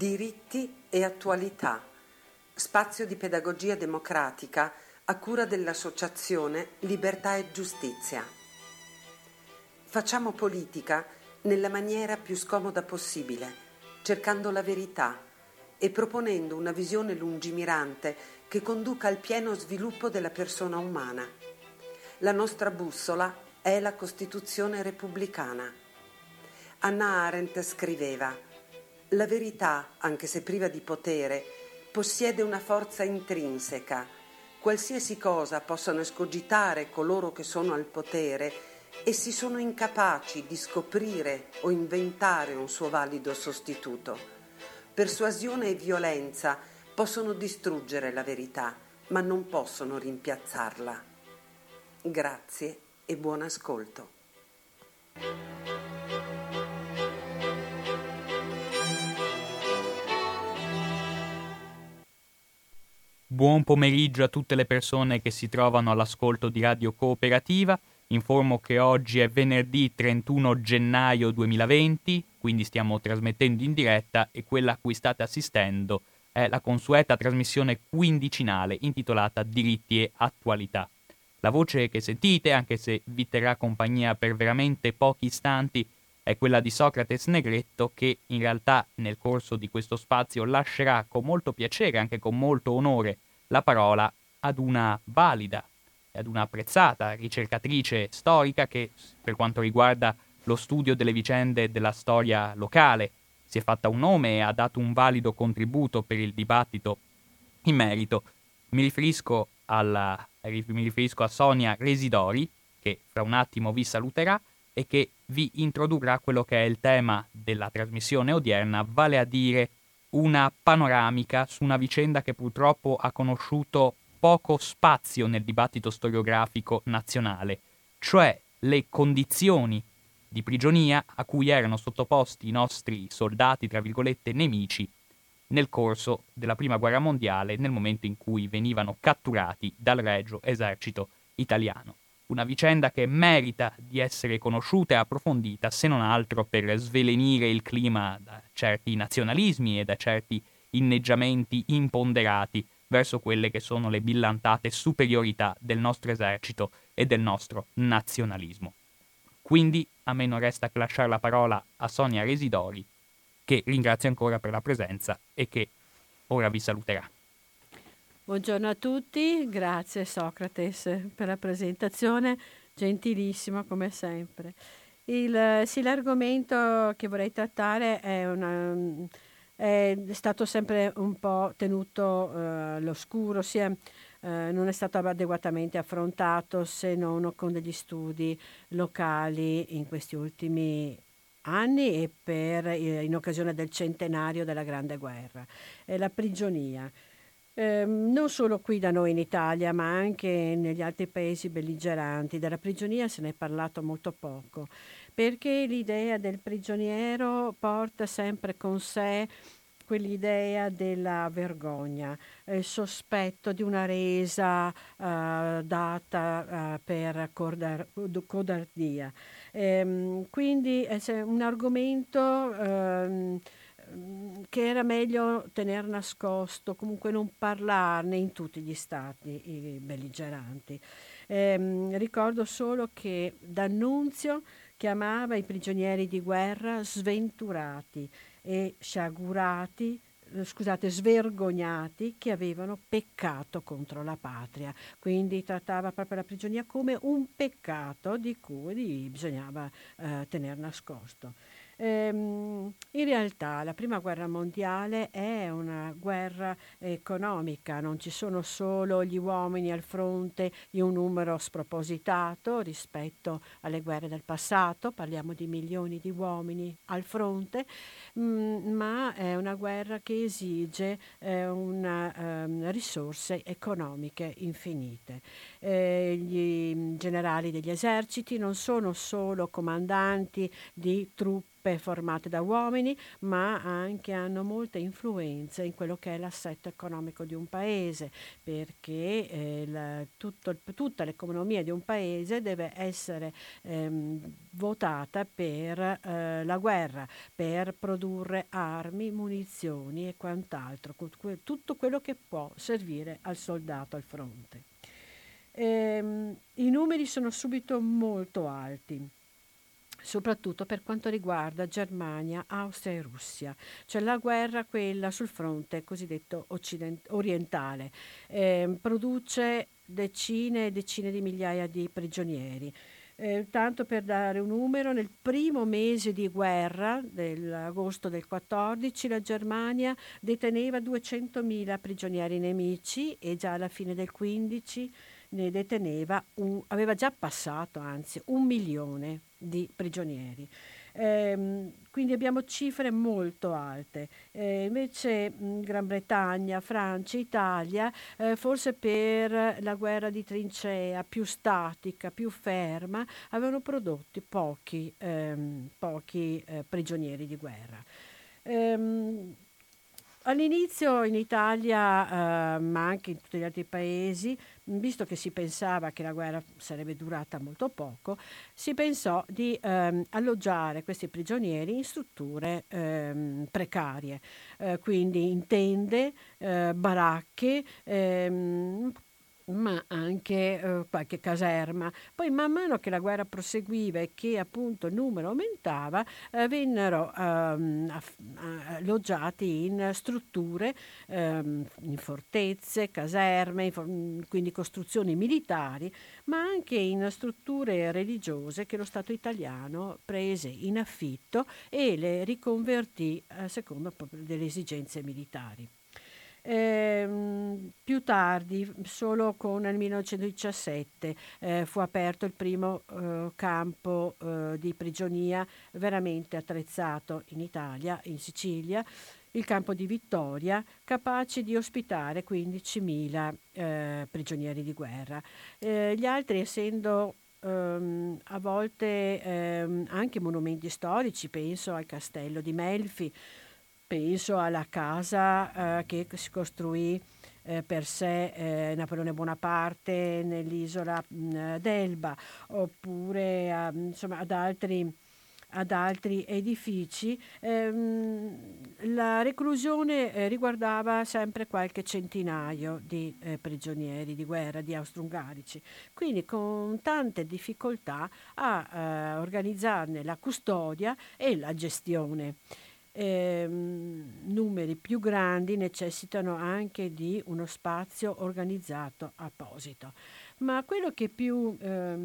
Diritti e attualità. Spazio di pedagogia democratica a cura dell'associazione Libertà e Giustizia. Facciamo politica nella maniera più scomoda possibile, cercando la verità e proponendo una visione lungimirante che conduca al pieno sviluppo della persona umana. La nostra bussola è la Costituzione repubblicana. Hannah Arendt scriveva: la verità, anche se priva di potere, possiede una forza intrinseca. Qualsiasi cosa possano escogitare coloro che sono al potere, essi sono incapaci di scoprire o inventare un suo valido sostituto. Persuasione e violenza possono distruggere la verità, ma non possono rimpiazzarla. Grazie e buon ascolto. Buon pomeriggio a tutte le persone che si trovano all'ascolto di Radio Cooperativa. Informo che oggi è venerdì 31 gennaio 2020, quindi stiamo trasmettendo in diretta e quella a cui state assistendo è la consueta trasmissione quindicinale intitolata Diritti e Attualità. La voce che sentite, anche se vi terrà compagnia per veramente pochi istanti, è quella di Socrate Negretto, che in realtà nel corso di questo spazio lascerà con molto piacere, anche con molto onore, la parola ad una valida e ad una apprezzata ricercatrice storica che, per quanto riguarda lo studio delle vicende della storia locale, si è fatta un nome e ha dato un valido contributo per il dibattito in merito. Mi riferisco a Sonia Residori, che fra un attimo vi saluterà e che vi introdurrà quello che è il tema della trasmissione odierna, vale a dire una panoramica su una vicenda che purtroppo ha conosciuto poco spazio nel dibattito storiografico nazionale, cioè le condizioni di prigionia a cui erano sottoposti i nostri soldati, tra virgolette, nemici, nel corso della Prima Guerra Mondiale, nel momento in cui venivano catturati dal Regio Esercito Italiano. Una vicenda che merita di essere conosciuta e approfondita, se non altro per svelenire il clima da certi nazionalismi e da certi inneggiamenti imponderati verso quelle che sono le billantate superiorità del nostro esercito e del nostro nazionalismo. Quindi a me non resta che lasciare la parola a Sonia Residori, che ringrazio ancora per la presenza e che ora vi saluterà. Buongiorno a tutti, grazie Socrates per la presentazione, gentilissima come sempre. L'argomento che vorrei trattare è stato sempre un po' tenuto all'oscuro, non è stato adeguatamente affrontato se non con degli studi locali in questi ultimi anni e in occasione del centenario della Grande Guerra. La prigionia. Non solo qui da noi in Italia, ma anche negli altri paesi belligeranti. Della prigionia se ne è parlato molto poco, perché l'idea del prigioniero porta sempre con sé quell'idea della vergogna, il sospetto di una resa data per codardia. Quindi è un argomento che era meglio tenere nascosto, comunque non parlarne in tutti gli stati belligeranti. Ricordo solo che D'Annunzio chiamava i prigionieri di guerra sventurati e svergognati che avevano peccato contro la patria. Quindi trattava proprio la prigionia come un peccato di cui bisognava tener nascosto. In realtà la Prima Guerra Mondiale è una guerra economica, non ci sono solo gli uomini al fronte in un numero spropositato rispetto alle guerre del passato, parliamo di milioni di uomini al fronte, ma è una guerra che esige risorse economiche infinite. Gli generali degli eserciti non sono solo comandanti di truppe truppe formate da uomini, ma anche hanno molte influenze in quello che è l'assetto economico di un paese, perché tutta l'economia di un paese deve essere votata per la guerra, per produrre armi, munizioni e quant'altro, tutto quello che può servire al soldato al fronte. I numeri sono subito molto alti, soprattutto per quanto riguarda Germania, Austria e Russia, cioè la guerra quella sul fronte cosiddetto orientale, produce decine e decine di migliaia di prigionieri. Tanto per dare un numero, nel primo mese di guerra, dell'agosto del 14, la Germania deteneva 200.000 prigionieri nemici e già alla fine del 15 ne deteneva aveva già passato anzi 1 milione di prigionieri. Quindi abbiamo cifre molto alte. Invece Gran Bretagna, Francia, Italia, forse per la guerra di trincea più statica, più ferma, avevano prodotto pochi prigionieri di guerra. All'inizio in Italia, ma anche in tutti gli altri paesi, visto che si pensava che la guerra sarebbe durata molto poco, si pensò di alloggiare questi prigionieri in strutture precarie, quindi in tende, baracche, ma anche qualche caserma. Poi man mano che la guerra proseguiva e che appunto il numero aumentava, vennero alloggiati in strutture, in fortezze, caserme, quindi costruzioni militari, ma anche in strutture religiose che lo Stato italiano prese in affitto e le riconvertì secondo proprio delle esigenze militari. Più tardi, solo con il 1917, fu aperto il primo campo di prigionia veramente attrezzato in Italia, in Sicilia, il campo di Vittoria, capace di ospitare 15.000 prigionieri di guerra. Gli altri, essendo a volte anche monumenti storici, penso al castello di Melfi, penso alla casa che si costruì per sé Napoleone Bonaparte nell'isola d'Elba, oppure insomma, ad altri edifici. La reclusione riguardava sempre qualche centinaio di prigionieri di guerra, di austro-ungarici, quindi con tante difficoltà a organizzarne la custodia e la gestione. Numeri più grandi necessitano anche di uno spazio organizzato apposito. Ma quello che più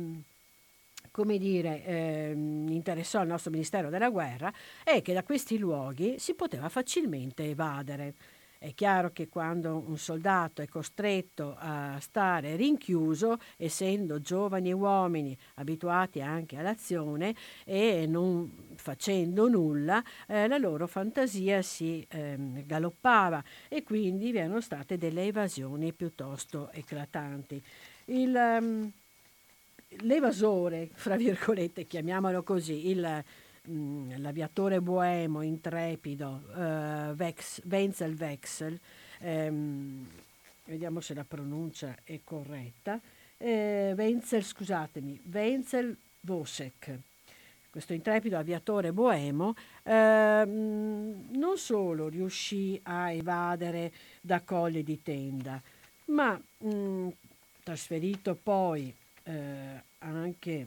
interessò al nostro Ministero della Guerra è che da questi luoghi si poteva facilmente evadere. È chiaro che quando un soldato è costretto a stare rinchiuso, essendo giovani uomini abituati anche all'azione e non facendo nulla, la loro fantasia si galoppava e quindi vi erano state delle evasioni piuttosto eclatanti. L'evasore, fra virgolette, chiamiamolo così, l'aviatore boemo intrepido Wenzel Wexel, vediamo se la pronuncia è corretta, Wenzel Wosek, questo intrepido aviatore boemo, non solo riuscì a evadere da Colle di Tenda, ma trasferito poi anche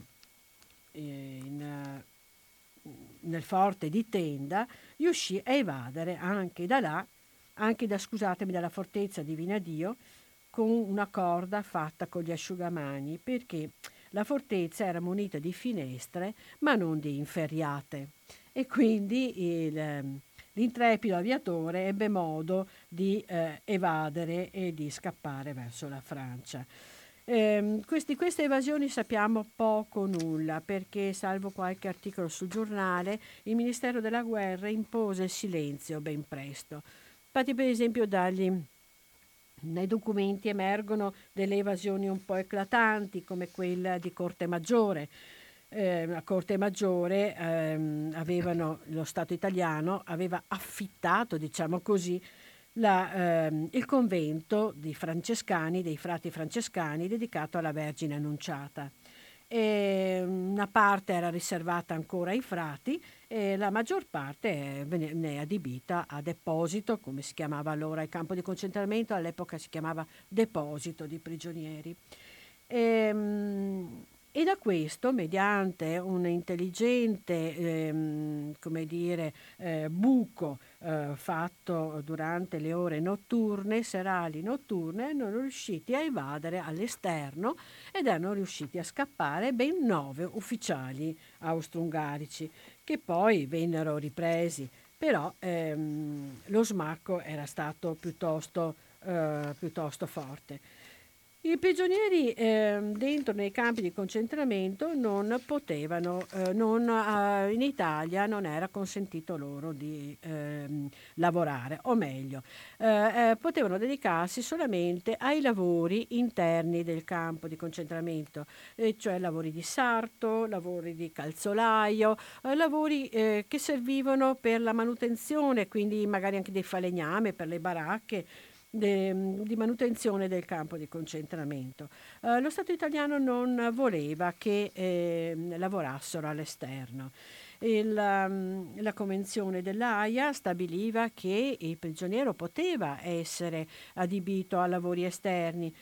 nel forte di Tenda, riuscì a evadere anche dalla fortezza di Vinadio con una corda fatta con gli asciugamani, perché la fortezza era munita di finestre ma non di inferriate e quindi l'intrepido aviatore ebbe modo di evadere e di scappare verso la Francia. Queste evasioni sappiamo poco o nulla, perché salvo qualche articolo sul giornale il Ministero della Guerra impose il silenzio ben presto. Infatti, per esempio, dai documenti emergono delle evasioni un po' eclatanti, come quella di Corte Maggiore, la Corte Maggiore lo Stato italiano aveva affittato, diciamo così, il convento dei frati francescani dedicato alla Vergine Annunciata. Una parte era riservata ancora ai frati e la maggior parte ne è adibita a deposito, come si chiamava allora il campo di concentramento, all'epoca si chiamava deposito di prigionieri. E da questo, mediante un intelligente buco fatto durante le ore serali notturne, erano riusciti a evadere all'esterno ed erano riusciti a scappare ben 9 ufficiali austro-ungarici, che poi vennero ripresi, però lo smacco era stato piuttosto forte. I prigionieri dentro nei campi di concentramento non potevano, in Italia non era consentito loro di lavorare, o meglio, potevano dedicarsi solamente ai lavori interni del campo di concentramento, cioè lavori di sarto, lavori di calzolaio, lavori che servivano per la manutenzione, quindi magari anche del falegname per le baracche, di manutenzione del campo di concentramento. Lo Stato italiano non voleva che lavorassero all'esterno. La Convenzione dell'Aia stabiliva che il prigioniero poteva essere adibito a lavori esterni,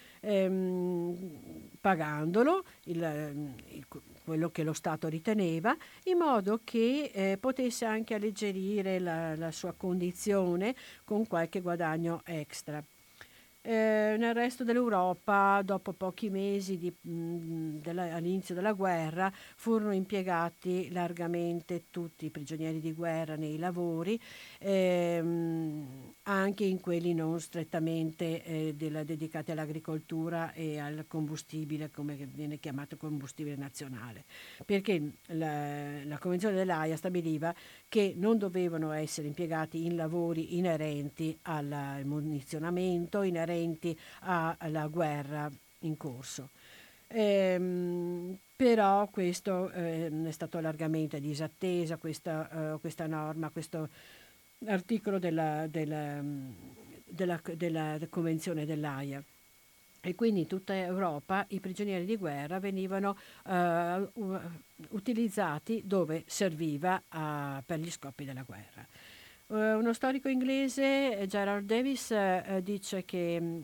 pagandolo quello che lo Stato riteneva, in modo che potesse anche alleggerire la sua condizione con qualche guadagno extra. Nel resto dell'Europa, dopo pochi mesi all'inizio della guerra, furono impiegati largamente tutti i prigionieri di guerra nei lavori, anche in quelli non strettamente dedicati all'agricoltura e al combustibile, come viene chiamato combustibile nazionale, perché la Convenzione dell'Aia stabiliva che non dovevano essere impiegati in lavori inerenti al munizionamento, inerenti alla guerra in corso. Però questo è stato largamente disatteso, questa norma, questo articolo della Convenzione dell'Aia. E quindi in tutta Europa i prigionieri di guerra venivano utilizzati dove serviva per gli scopi della guerra. Uno storico inglese, Gerard Davis, dice che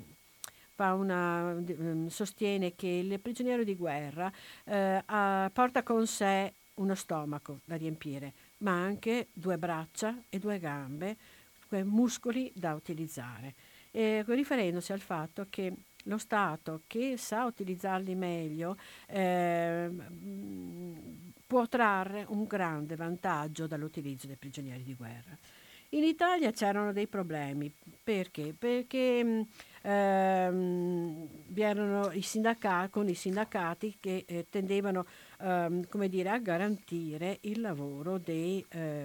sostiene che il prigioniero di guerra porta con sé uno stomaco da riempire, ma anche 2 braccia e 2 gambe, muscoli da utilizzare, riferendosi al fatto che lo Stato, che sa utilizzarli meglio, può trarre un grande vantaggio dall'utilizzo dei prigionieri di guerra. In Italia c'erano dei problemi. Perché? Perché vi erano i sindacati che tendevano a garantire il lavoro degli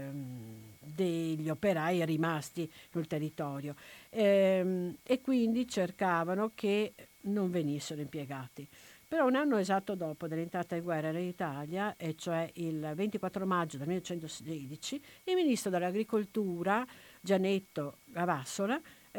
operai rimasti sul territorio, e quindi cercavano che non venissero impiegati. Però un anno esatto dopo dell'entrata in guerra in Italia, e cioè il 24 maggio del 1916, il ministro dell'Agricoltura, Gianetto Gavassola,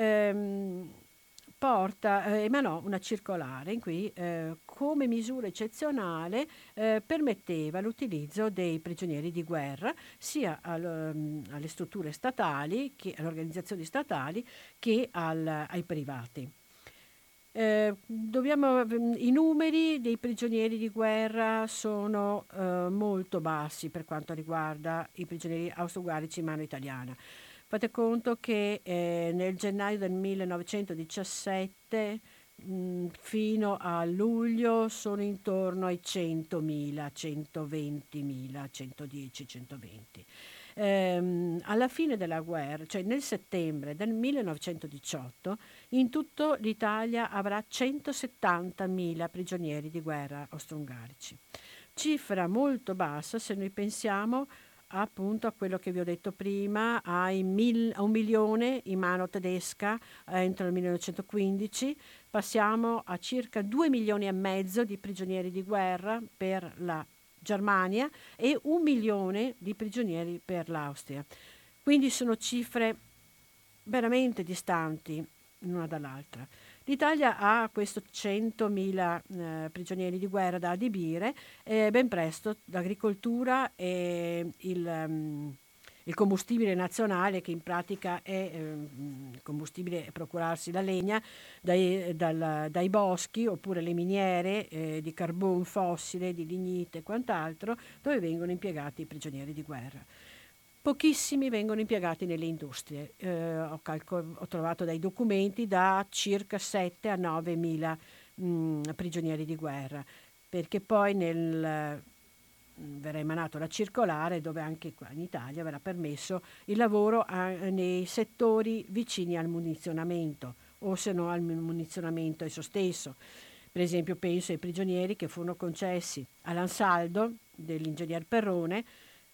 emanò una circolare in cui, come misura eccezionale, permetteva l'utilizzo dei prigionieri di guerra sia alle strutture statali, alle organizzazioni statali, che ai privati. I numeri dei prigionieri di guerra sono molto bassi per quanto riguarda i prigionieri austro-ungarici in mano italiana. Fate conto che nel gennaio del 1917 fino a luglio sono intorno ai 100.000, 120.000, 110, 120. Alla fine della guerra, cioè nel settembre del 1918, in tutto l'Italia avrà 170.000 prigionieri di guerra austro-ungarici. Cifra molto bassa se noi pensiamo appunto a quello che vi ho detto prima, a 1 milione in mano tedesca entro il 1915, passiamo a circa 2 milioni e mezzo di prigionieri di guerra per la Germania e 1 milione di prigionieri per l'Austria. Quindi sono cifre veramente distanti l'una dall'altra. L'Italia ha questo 100.000 prigionieri di guerra da adibire e ben presto l'agricoltura e il combustibile nazionale, che in pratica è il combustibile, procurarsi la legna dai boschi, oppure le miniere di carbone fossile, di lignite e quant'altro, dove vengono impiegati i prigionieri di guerra. Pochissimi vengono impiegati nelle industrie. Ho trovato dai documenti da circa 7 a 9 mila prigionieri di guerra, perché poi verrà emanata la circolare dove anche qua in Italia verrà permesso il lavoro nei settori vicini al munizionamento, o se no al munizionamento esso stesso. Per esempio penso ai prigionieri che furono concessi all'Ansaldo dell'ingegner Perrone,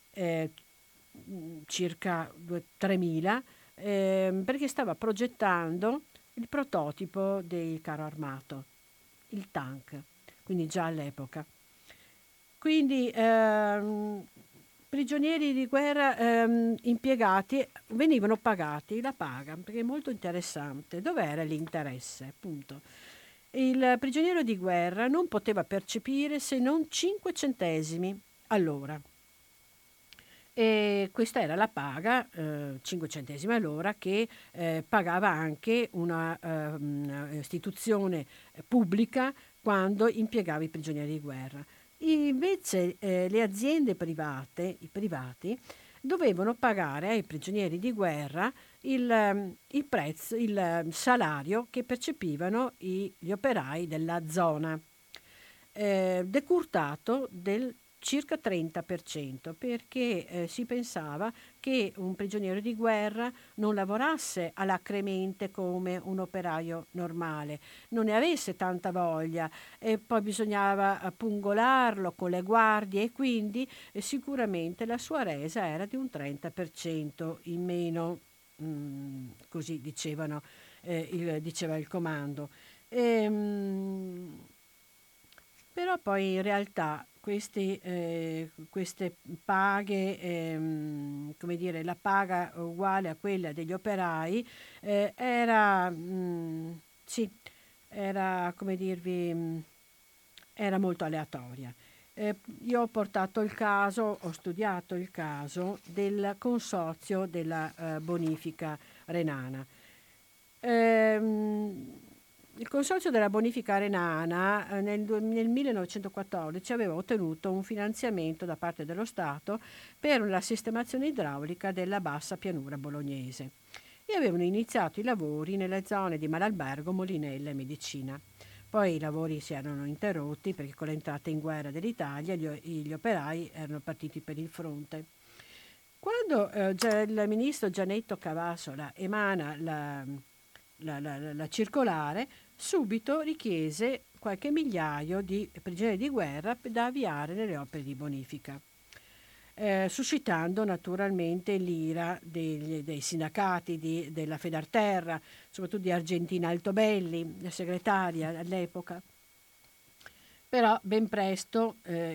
circa 3.000, perché stava progettando il prototipo del carro armato, il tank, quindi già all'epoca. Quindi prigionieri di guerra impiegati venivano pagati la paga, perché è molto interessante. Dov'era l'interesse? Appunto. Il prigioniero di guerra non poteva percepire se non 5 centesimi all'ora. E questa era la paga, 5 centesimi all'ora, che pagava anche una istituzione pubblica quando impiegava i prigionieri di guerra. Invece le aziende private, i privati, dovevano pagare ai prigionieri di guerra il salario che percepivano gli operai della zona, decurtato del circa 30%, perché si pensava che un prigioniero di guerra non lavorasse alacremente come un operaio normale, non ne avesse tanta voglia, e poi bisognava pungolarlo con le guardie, e quindi sicuramente la sua resa era di un 30% in meno, così diceva il comando. Però poi in realtà queste paghe, come dire, la paga uguale a quella degli operai, sì, era, come dirvi, era molto aleatoria. Io ho studiato il caso del consorzio della bonifica renana. Il Consorzio della Bonifica Renana nel 1914 aveva ottenuto un finanziamento da parte dello Stato per la sistemazione idraulica della bassa pianura bolognese e avevano iniziato i lavori nelle zone di Malalbergo, Molinella e Medicina. Poi i lavori si erano interrotti perché con l'entrata in guerra dell'Italia gli operai erano partiti per il fronte. Quando il ministro Gianetto Cavassola emana la circolare, subito richiese qualche migliaio di prigionieri di guerra da avviare nelle opere di bonifica, suscitando naturalmente l'ira dei sindacati della Federterra, soprattutto di Argentina Altobelli, la segretaria all'epoca. Però ben presto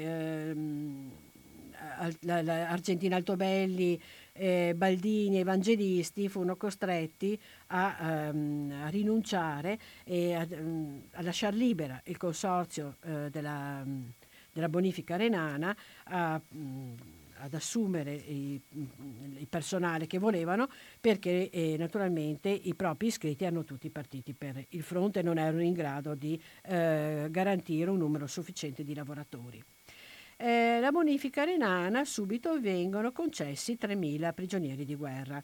Argentina Altobelli, Baldini e Evangelisti furono costretti a rinunciare e a lasciar libera il consorzio della bonifica renana ad assumere il personale che volevano, perché naturalmente i propri iscritti erano tutti partiti per il fronte e non erano in grado di garantire un numero sufficiente di lavoratori. La bonifica renana subito vengono concessi 3.000 prigionieri di guerra.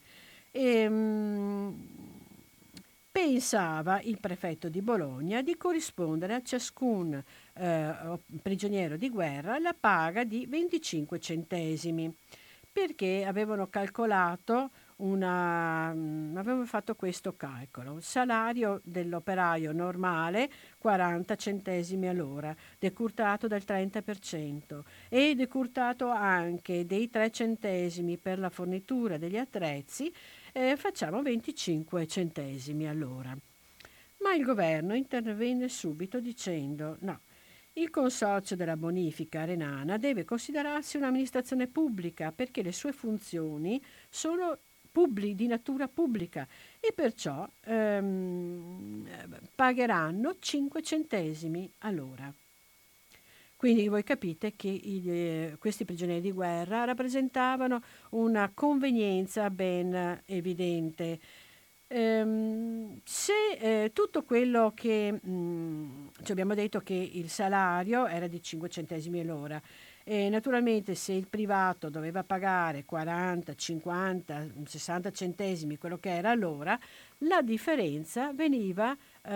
Pensava il prefetto di Bologna di corrispondere a ciascun prigioniero di guerra la paga di 25 centesimi, perché avevano calcolato avevano fatto questo calcolo: il salario dell'operaio normale 40 centesimi all'ora, decurtato del 30% e decurtato anche dei 3 centesimi per la fornitura degli attrezzi, facciamo 25 centesimi all'ora. Ma il governo intervenne subito dicendo: no, Il consorzio della bonifica renana deve considerarsi un'amministrazione pubblica perché le sue funzioni sono di natura pubblica e perciò pagheranno 5 centesimi all'ora. Quindi voi capite che questi prigionieri di guerra rappresentavano una convenienza ben evidente. Se tutto quello che ci abbiamo detto che il salario era di 5 centesimi all'ora, naturalmente se il privato doveva pagare 40, 50, 60 centesimi, quello che era all'ora, la differenza veniva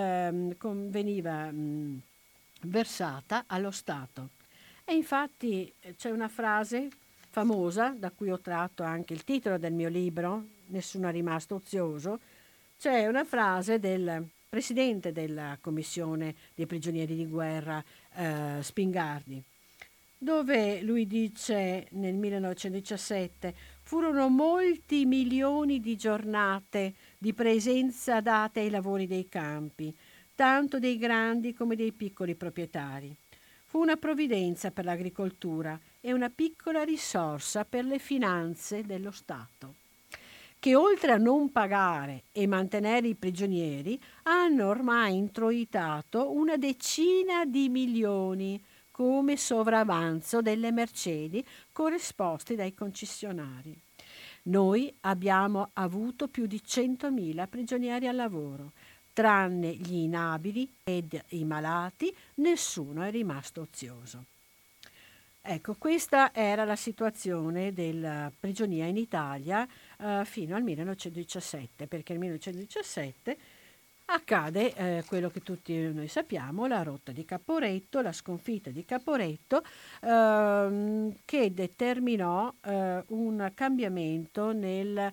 versata allo Stato. E infatti c'è una frase famosa, da cui ho tratto anche il titolo del mio libro, Nessuno è rimasto ozioso. C'è una frase del presidente della commissione dei prigionieri di guerra, Spingardi, dove lui dice nel 1917: furono molti milioni di giornate di presenza date ai lavori dei campi, tanto dei grandi come dei piccoli proprietari. Fu una provvidenza per l'agricoltura e una piccola risorsa per le finanze dello Stato, che oltre a non pagare e mantenere i prigionieri, hanno ormai introitato una decina di milioni come sovravanzo delle mercedi corrisposte dai concessionari. Noi abbiamo avuto più di 100.000 prigionieri al lavoro. Tranne gli inabili ed i malati, nessuno è rimasto ozioso. Ecco, questa era la situazione della prigionia in Italia fino al 1917, perché nel 1917 accade quello che tutti noi sappiamo, la rotta di Caporetto, la sconfitta di Caporetto, che determinò un cambiamento nella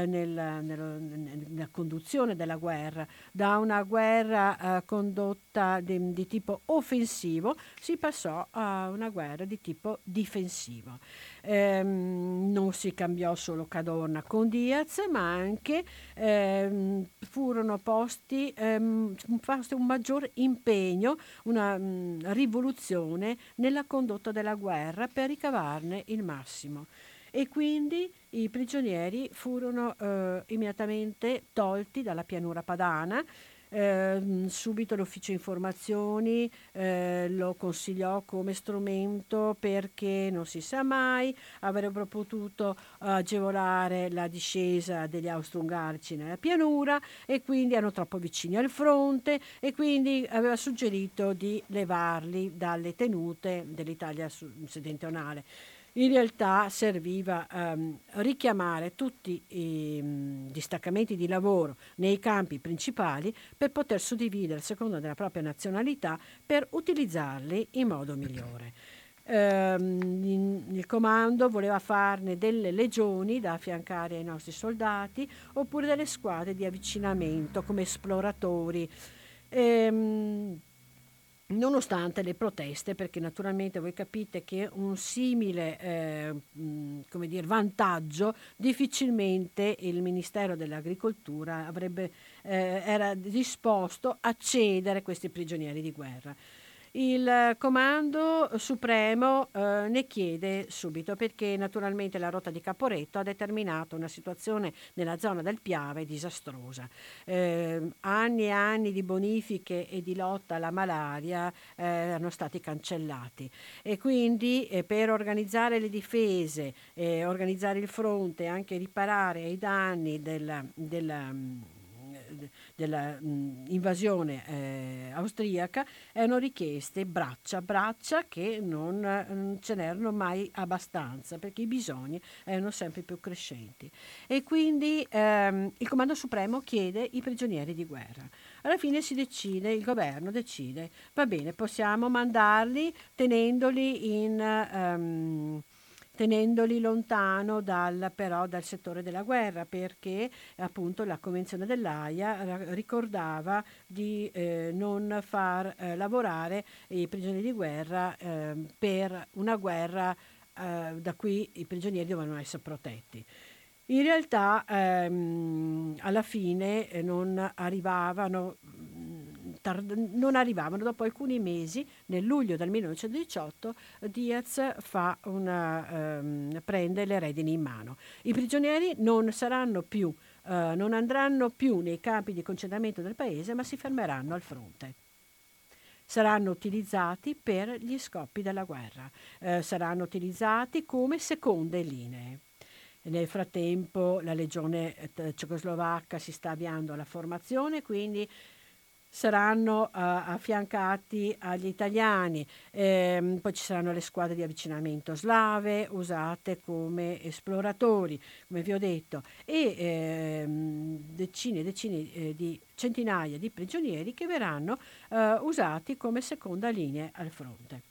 conduzione della guerra. Da una guerra condotta di tipo offensivo si passò a una guerra di tipo difensivo. Non si cambiò solo Cadorna con Diaz, ma anche furono posti un maggior impegno, una rivoluzione nella condotta della guerra per ricavarne il massimo. E quindi i prigionieri furono immediatamente tolti dalla pianura padana. Subito l'ufficio informazioni lo consigliò come strumento perché non si sa mai, avrebbero potuto agevolare la discesa degli austro-ungarici nella pianura e quindi erano troppo vicini al fronte e quindi aveva suggerito di levarli dalle tenute dell'Italia settentrionale. In realtà serviva richiamare tutti i distaccamenti di lavoro nei campi principali per poter suddividere a seconda della propria nazionalità per utilizzarli in modo migliore. Il comando voleva farne delle legioni da affiancare ai nostri soldati oppure delle squadre di avvicinamento come esploratori. Nonostante le proteste, perché naturalmente voi capite che un simile vantaggio difficilmente il Ministero dell'Agricoltura era disposto a cedere questi prigionieri di guerra. Il comando supremo ne chiede subito perché naturalmente la rotta di Caporetto ha determinato una situazione nella zona del Piave disastrosa. Anni e anni di bonifiche e di lotta alla malaria erano stati cancellati e quindi per organizzare le difese, organizzare il fronte e anche riparare ai danni della invasione austriaca erano richieste braccia che non ce n'erano mai abbastanza perché i bisogni erano sempre più crescenti e quindi il Comando Supremo chiede i prigionieri di guerra. Alla fine il governo decide, va bene, possiamo mandarli tenendoli lontano dal settore della guerra perché appunto la Convenzione dell'Aia ricordava di non far lavorare i prigionieri di guerra per una guerra da cui i prigionieri dovevano essere protetti. In realtà alla fine non arrivavano non arrivavano. Dopo alcuni mesi, nel luglio del 1918, Diaz prende le redini in mano. I prigionieri non andranno più nei campi di concentramento del paese, ma si fermeranno al fronte. Saranno utilizzati per gli scopi della guerra, saranno utilizzati come seconde linee. Nel frattempo la legione cecoslovacca si sta avviando alla formazione, quindi saranno affiancati agli italiani, poi ci saranno le squadre di avvicinamento slave usate come esploratori, come vi ho detto, e decine di centinaia di prigionieri che verranno usati come seconda linea al fronte.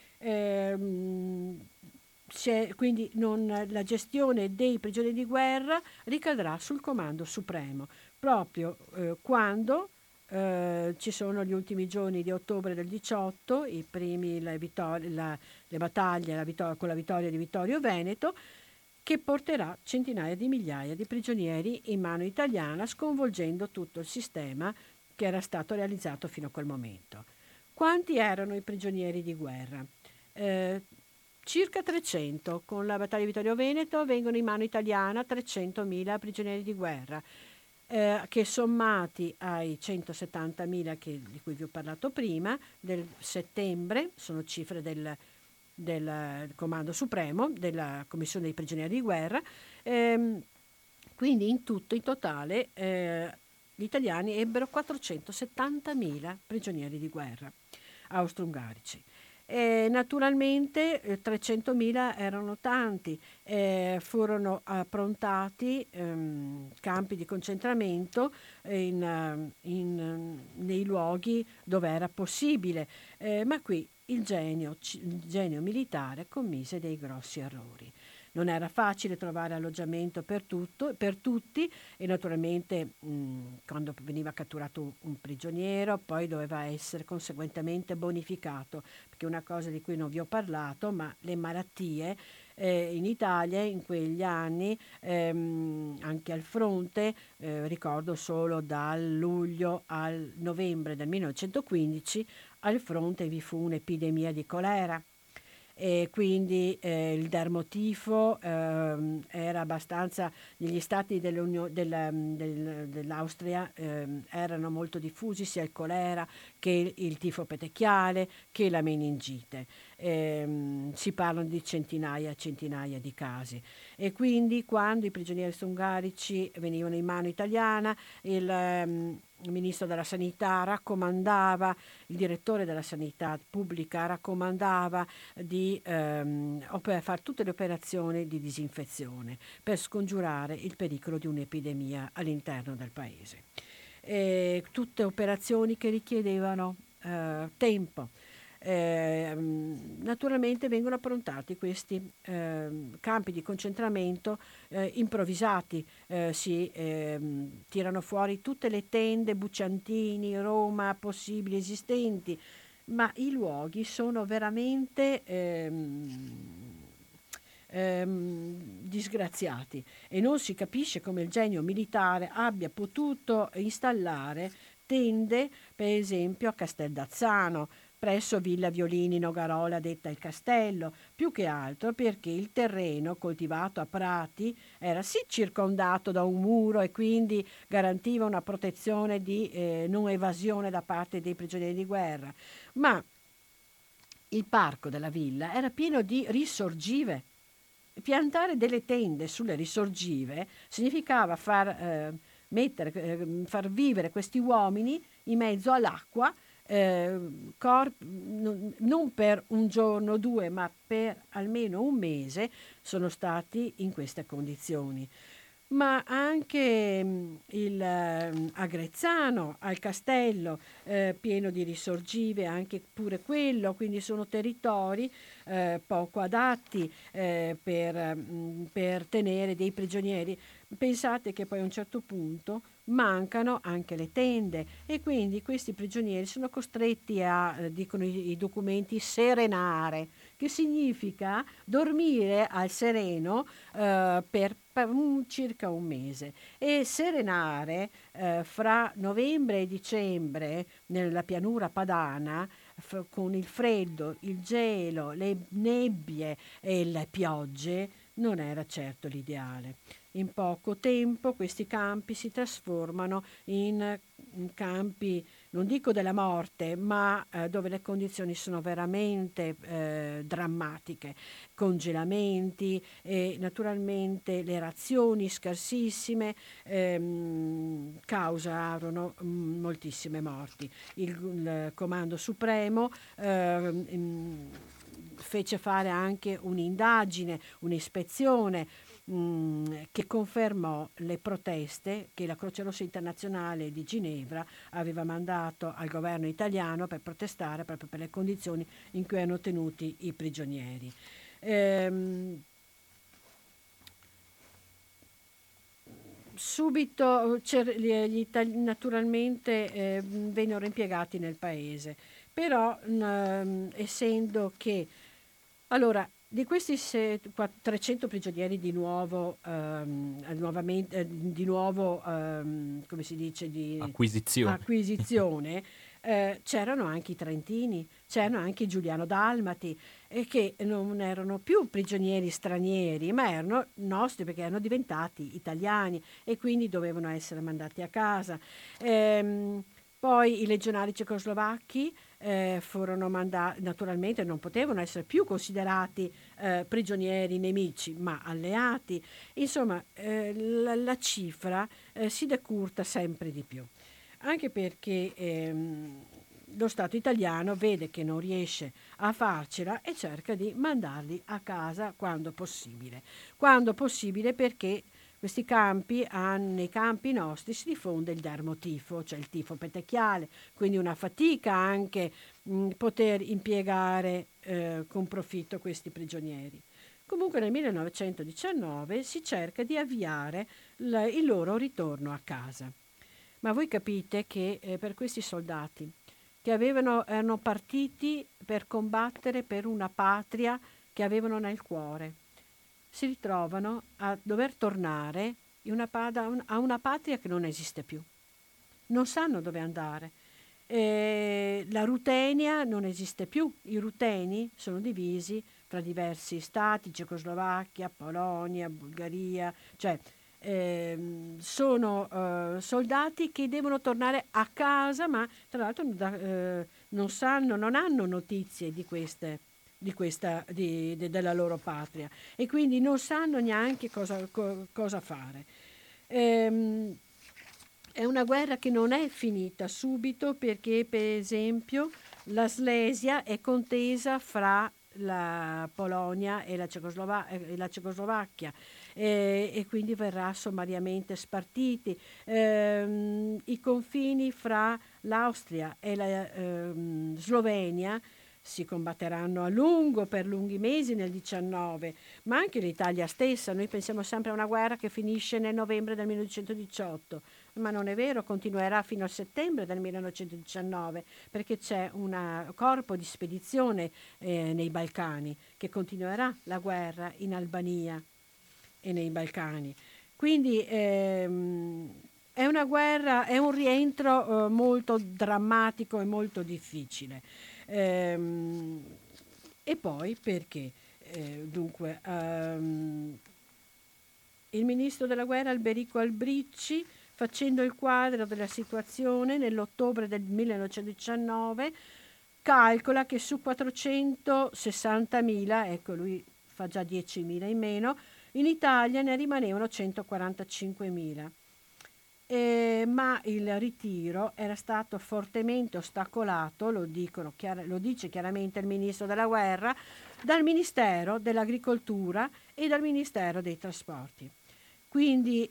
Quindi la gestione dei prigionieri di guerra ricadrà sul Comando Supremo, proprio quando ci sono gli ultimi giorni di ottobre del 18, le battaglie con la vittoria di Vittorio Veneto, che porterà centinaia di migliaia di prigionieri in mano italiana, sconvolgendo tutto il sistema che era stato realizzato fino a quel momento. Quanti erano i prigionieri di guerra? Circa 300. Con la battaglia di Vittorio Veneto vengono in mano italiana 300.000 prigionieri di guerra, che sommati ai 170.000 di cui vi ho parlato prima, del settembre, sono cifre del Comando Supremo, della Commissione dei prigionieri di guerra, quindi in totale gli italiani ebbero 470.000 prigionieri di guerra austro-ungarici. Naturalmente 300.000 erano tanti, furono approntati campi di concentramento nei luoghi dove era possibile, ma qui il genio militare commise dei grossi errori. Non era facile trovare alloggiamento per tutti, e naturalmente quando veniva catturato un prigioniero poi doveva essere conseguentemente bonificato, perché una cosa di cui non vi ho parlato, ma le malattie in Italia in quegli anni, anche al fronte, ricordo solo dal luglio al novembre del 1915, al fronte vi fu un'epidemia di colera. E quindi il dermotifo era abbastanza, negli stati dell'Austria erano molto diffusi sia il colera che il tifo petechiale che la meningite. Si parlano di centinaia e centinaia di casi, e quindi quando i prigionieri ungarici venivano in mano italiana, il ministro della sanità raccomandava, il direttore della sanità pubblica raccomandava di fare tutte le operazioni di disinfezione per scongiurare il pericolo di un'epidemia all'interno del paese. Tutte operazioni che richiedevano tempo. Naturalmente vengono approntati questi campi di concentramento improvvisati, si tirano fuori tutte le tende, bucciantini, Roma possibili esistenti, ma i luoghi sono veramente disgraziati, e non si capisce come il genio militare abbia potuto installare tende, per esempio a Casteldazzano, presso Villa Violini Nogarola, detta il Castello, più che altro perché il terreno coltivato a prati era sì circondato da un muro e quindi garantiva una protezione di non evasione da parte dei prigionieri di guerra, ma il parco della villa era pieno di risorgive. Piantare delle tende sulle risorgive significava far vivere questi uomini in mezzo all'acqua, non per un giorno o due, ma per almeno un mese sono stati in queste condizioni. Ma anche a Grezzano, al castello, pieno di risorgive, anche pure quello, quindi sono territori poco adatti per tenere dei prigionieri. Pensate che poi a un certo punto mancano anche le tende, e quindi questi prigionieri sono costretti a, dicono i documenti, serenare, che significa dormire al sereno per circa un mese, e serenare fra novembre e dicembre nella pianura padana con il freddo, il gelo, le nebbie e le piogge non era certo l'ideale. In poco tempo questi campi si trasformano in campi, non dico della morte, ma dove le condizioni sono veramente drammatiche, congelamenti e naturalmente le razioni scarsissime causarono moltissime morti. Il Comando Supremo fece fare anche un'indagine, un'ispezione che confermò le proteste che la Croce Rossa Internazionale di Ginevra aveva mandato al governo italiano per protestare proprio per le condizioni in cui erano tenuti i prigionieri. Subito naturalmente vennero impiegati nel paese, però essendo che allora di questi 300 prigionieri di nuovo, come si dice, di acquisizione c'erano anche i trentini, c'erano anche i Giuliano Dalmati, che non erano più prigionieri stranieri, ma erano nostri perché erano diventati italiani e quindi dovevano essere mandati a casa. Poi i legionari cecoslovacchi furono mandati, naturalmente non potevano essere più considerati prigionieri nemici, ma alleati. Insomma, la cifra si decurta sempre di più, anche perché lo Stato italiano vede che non riesce a farcela e cerca di mandarli a casa quando possibile. Quando possibile perché questi campi, nei campi nostri si diffonde il dermotifo, cioè il tifo petechiale, quindi una fatica anche poter impiegare con profitto questi prigionieri. Comunque nel 1919 si cerca di avviare il loro ritorno a casa. Ma voi capite che per questi soldati che erano partiti per combattere per una patria che avevano nel cuore, si ritrovano a dover tornare a una patria che non esiste più. Non sanno dove andare. La Rutenia non esiste più. I ruteni sono divisi fra diversi stati, Cecoslovacchia, Polonia, Bulgaria, cioè sono soldati che devono tornare a casa, ma tra l'altro non hanno notizie della loro patria e quindi non sanno neanche cosa fare. È una guerra che non è finita subito perché, per esempio, la Slesia è contesa fra la Polonia e la Cecoslovacchia e quindi verrà sommariamente spartiti. I confini fra l'Austria e la Slovenia si combatteranno a lungo, per lunghi mesi nel 19, ma anche l'Italia stessa. Noi pensiamo sempre a una guerra che finisce nel novembre del 1918, ma non è vero, continuerà fino al settembre del 1919, perché c'è un corpo di spedizione nei Balcani che continuerà la guerra in Albania e nei Balcani. Quindi è una guerra, è un rientro molto drammatico e molto difficile. E poi perché? Dunque, il ministro della guerra Alberico Albricci, facendo il quadro della situazione nell'ottobre del 1919, calcola che su 460.000, ecco lui fa già 10.000 in meno, in Italia ne rimanevano 145.000. Ma il ritiro era stato fortemente ostacolato, lo dice chiaramente il ministro della guerra, dal Ministero dell'Agricoltura e dal Ministero dei Trasporti. Quindi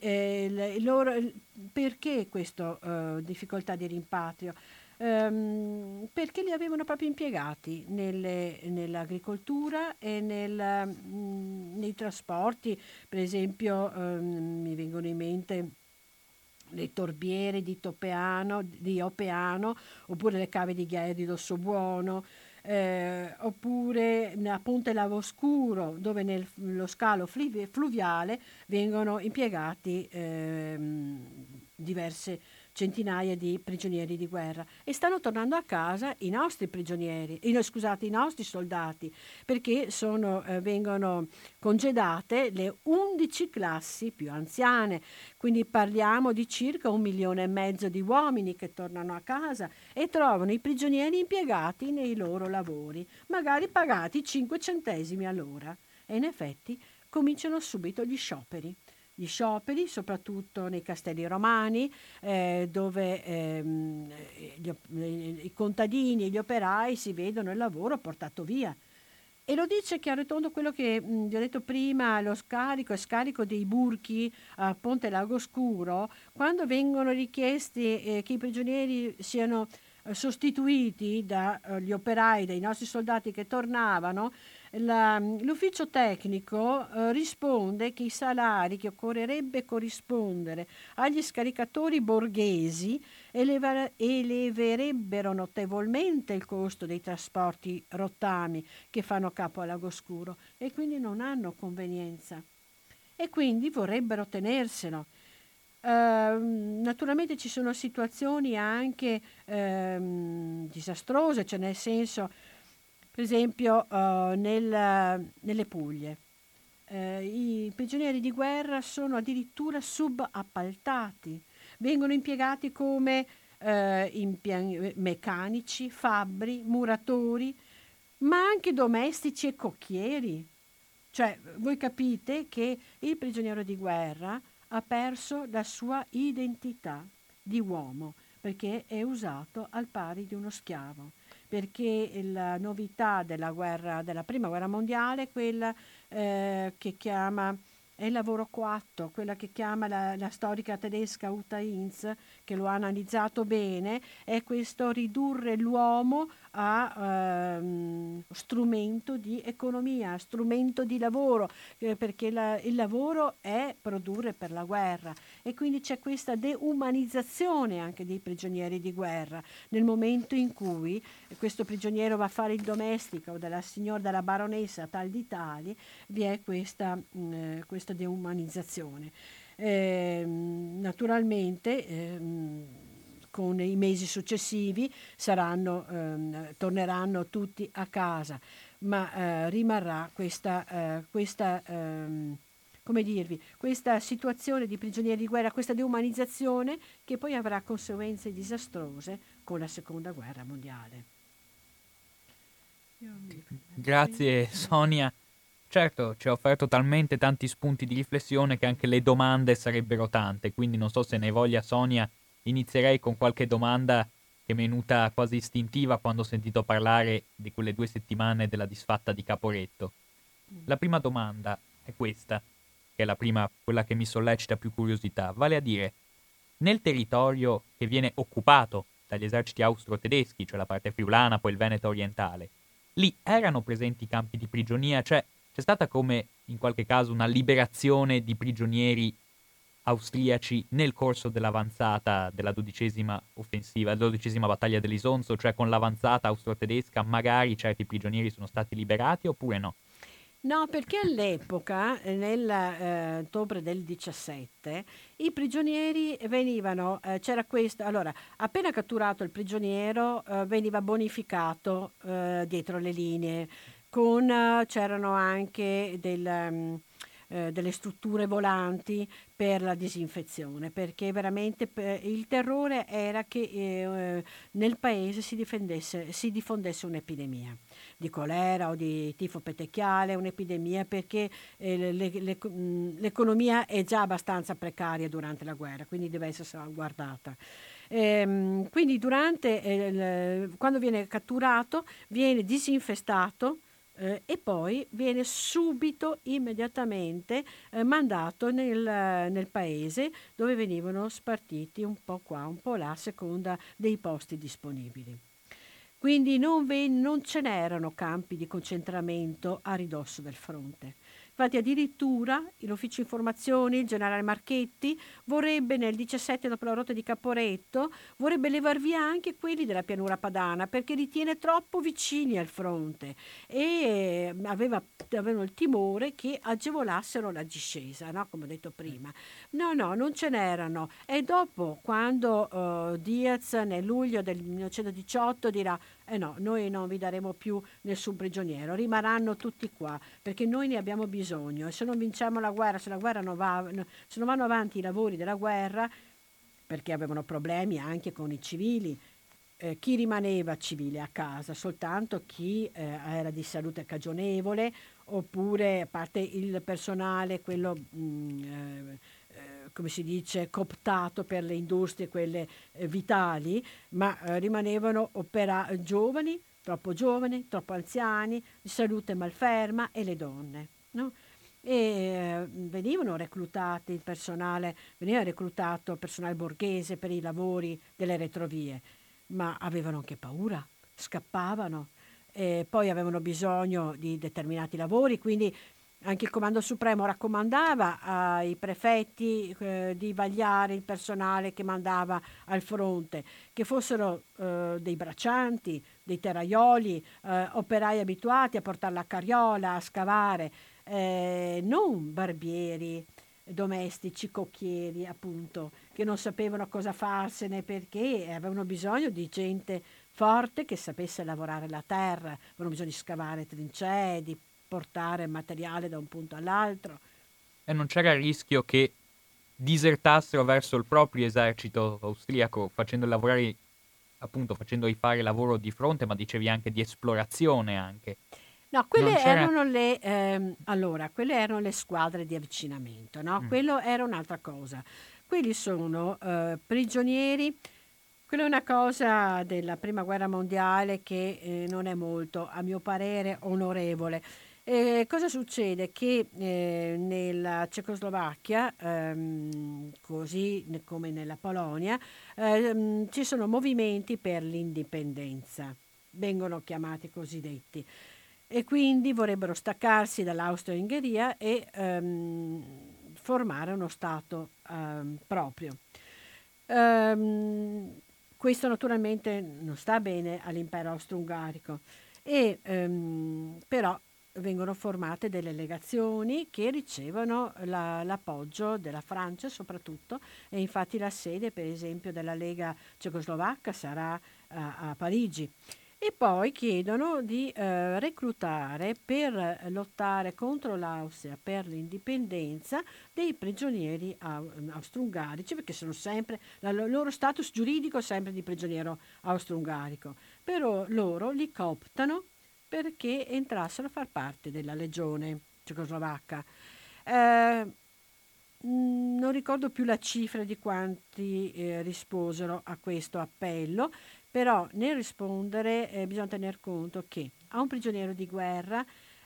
perché questa difficoltà di rimpatrio? Perché li avevano proprio impiegati nell'agricoltura e nei trasporti, per esempio mi vengono in mente le torbiere di Opeano, oppure le cave di Ghiaia di Dossobuono. oppure a Ponte Lavoscuro, dove nello scalo fluviale vengono impiegati diverse centinaia di prigionieri di guerra, e stanno tornando a casa i nostri prigionieri, scusate, i nostri soldati, perché vengono congedate le 11 classi più anziane, quindi parliamo di circa 1,5 milioni di uomini che tornano a casa e trovano i prigionieri impiegati nei loro lavori, magari pagati 5 centesimi all'ora, e in effetti cominciano subito gli scioperi. Gli scioperi, soprattutto nei castelli romani, dove i contadini e gli operai si vedono il lavoro portato via. E lo dice chiaro e tondo quello che vi ho detto prima, lo scarico e scarico dei burchi a Ponte Lagoscuro, quando vengono richiesti che i prigionieri siano sostituiti dagli operai, dai nostri soldati che tornavano, l'ufficio tecnico risponde che i salari che occorrerebbe corrispondere agli scaricatori borghesi eleverebbero notevolmente il costo dei trasporti rottami che fanno capo a Lagoscuro, e quindi non hanno convenienza e quindi vorrebbero tenerselo. Naturalmente ci sono situazioni anche disastrose, cioè nel senso, per esempio nelle Puglie i prigionieri di guerra sono addirittura subappaltati, vengono impiegati come meccanici, fabbri, muratori, ma anche domestici e cocchieri. Cioè, voi capite che il prigioniero di guerra ha perso la sua identità di uomo, perché è usato al pari di uno schiavo, perché la novità della prima guerra mondiale è quella che chiama è il lavoro coatto, quella che chiama la storica tedesca Uta Hinz, che lo ha analizzato bene, è questo ridurre l'uomo a strumento di economia, strumento di lavoro, perché il lavoro è produrre per la guerra, e quindi c'è questa deumanizzazione anche dei prigionieri di guerra. Nel momento in cui questo prigioniero va a fare il domestico della baronessa tal di tali, vi è questa deumanizzazione. Naturalmente con i mesi successivi torneranno tutti a casa, ma rimarrà questa situazione di prigionieri di guerra, questa deumanizzazione, che poi avrà conseguenze disastrose con la seconda guerra mondiale. Grazie Sonia. Certo, ci ha offerto talmente tanti spunti di riflessione che anche le domande sarebbero tante, quindi non so se ne voglia Sonia, inizierei con qualche domanda che mi è venuta quasi istintiva quando ho sentito parlare di quelle 2 settimane della disfatta di Caporetto. La prima domanda è questa, che è la prima, quella che mi sollecita più curiosità, vale a dire, nel territorio che viene occupato dagli eserciti austro-tedeschi, cioè la parte friulana, poi il Veneto orientale, lì erano presenti campi di prigionia, cioè c'è stata come in qualche caso una liberazione di prigionieri austriaci nel corso dell'avanzata della 12ª offensiva, della 12ª battaglia dell'Isonzo, cioè con l'avanzata austro-tedesca magari certi prigionieri sono stati liberati oppure no? No, perché all'epoca, nell'ottobre del 17, i prigionieri venivano, c'era questo, allora, appena catturato il prigioniero veniva bonificato dietro le linee, c'erano anche delle strutture volanti per la disinfezione, perché veramente il terrore era che nel paese si diffondesse un'epidemia di colera o di tifo petechiale, un'epidemia, perché l'economia è già abbastanza precaria durante la guerra, quindi deve essere salvaguardata. Quindi quando viene catturato viene disinfestato e poi viene subito, immediatamente mandato nel paese, dove venivano spartiti un po' qua, un po' là, a seconda dei posti disponibili. quindi non ce n'erano campi di concentramento a ridosso del fronte. Infatti addirittura l'ufficio informazioni, il generale Marchetti, vorrebbe nel 17 dopo la rotta di Caporetto, vorrebbe levar via anche quelli della pianura padana perché li tiene troppo vicini al fronte e avevano il timore che agevolassero la discesa, no? Come ho detto prima. No, non ce n'erano. E dopo, quando Diaz nel luglio del 1918 dirà no, noi non vi daremo più nessun prigioniero, rimarranno tutti qua perché noi ne abbiamo bisogno e se non vinciamo la guerra, se non vanno avanti i lavori della guerra, perché avevano problemi anche con i civili, chi rimaneva civile a casa? Soltanto chi era di salute cagionevole oppure a parte il personale, quello come si dice, cooptato per le industrie, quelle vitali, ma rimanevano giovani, troppo anziani, di salute malferma e le donne. No? E veniva reclutato il personale borghese per i lavori delle retrovie, ma avevano anche paura, scappavano, e poi avevano bisogno di determinati lavori, quindi anche il Comando Supremo raccomandava ai prefetti di vagliare il personale che mandava al fronte, che fossero dei braccianti, dei terraioli, operai abituati a portare la carriola, a scavare, non barbieri domestici, cocchieri, appunto, che non sapevano cosa farsene perché avevano bisogno di gente forte che sapesse lavorare la terra, avevano bisogno di scavare trincee, di portare materiale da un punto all'altro. E non c'era il rischio che disertassero verso il proprio esercito austriaco, facendoli fare lavoro di fronte, ma dicevi anche di esplorazione anche. No, quelle erano le squadre di avvicinamento, no? Quello era un'altra cosa. Quelli sono prigionieri. Quella è una cosa della Prima Guerra Mondiale che non è molto, a mio parere, onorevole. Cosa succede? Che nella Cecoslovacchia, così come nella Polonia, ci sono movimenti per l'indipendenza, vengono chiamati cosiddetti, e quindi vorrebbero staccarsi dall'Austria-Ungheria e formare uno Stato proprio. Questo naturalmente non sta bene all'impero austro-ungarico, però vengono formate delle legazioni che ricevono l'appoggio della Francia soprattutto, e infatti la sede per esempio della Lega cecoslovacca sarà a Parigi. E poi chiedono di reclutare per lottare contro l'Austria per l'indipendenza dei prigionieri austro-ungarici, perché sono sempre, il loro status giuridico è sempre di prigioniero austro-ungarico, però loro li cooptano perché entrassero a far parte della legione cecoslovacca. Non ricordo più la cifra di quanti risposero a questo appello, però nel rispondere bisogna tener conto che a un prigioniero di guerra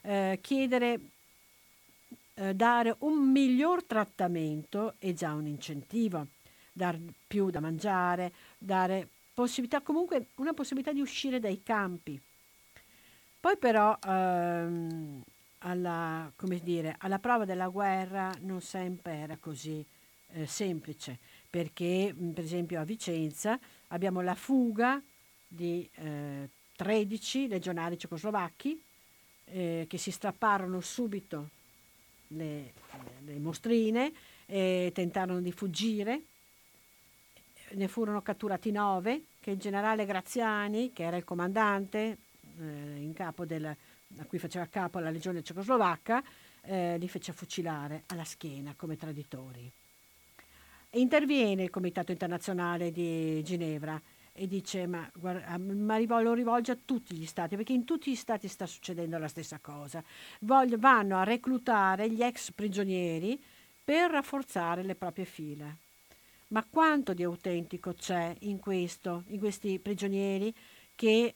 dare un miglior trattamento è già un incentivo, dar più da mangiare, dare possibilità, comunque una possibilità di uscire dai campi. Poi però alla prova della guerra non sempre era così semplice, perché per esempio a Vicenza abbiamo la fuga di 13 legionari cecoslovacchi che si strapparono subito le mostrine e tentarono di fuggire. Ne furono catturati 9 che il generale Graziani, che era il comandante a cui faceva capo la legione cecoslovacca, li fece fucilare alla schiena come traditori. E interviene il Comitato Internazionale di Ginevra e dice lo rivolge a tutti gli stati, perché in tutti gli stati sta succedendo la stessa cosa. Vanno a reclutare gli ex prigionieri per rafforzare le proprie fila. Ma quanto di autentico c'è in questi prigionieri che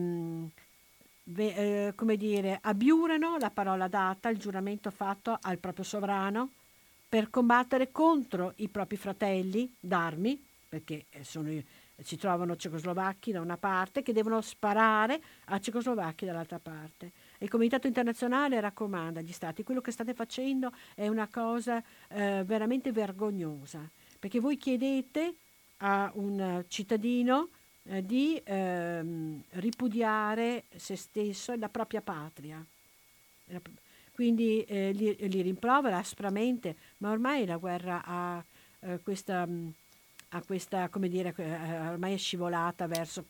abiurano la parola data, il giuramento fatto al proprio sovrano per combattere contro i propri fratelli d'armi, perché sono si trovano cecoslovacchi da una parte che devono sparare a cecoslovacchi dall'altra parte. Il Comitato internazionale raccomanda agli Stati: quello che state facendo è una cosa veramente vergognosa, perché voi chiedete a un cittadino di ripudiare se stesso e la propria patria. Quindi li rimprovera aspramente, ma ormai la guerra questa, come dire, ormai è scivolata verso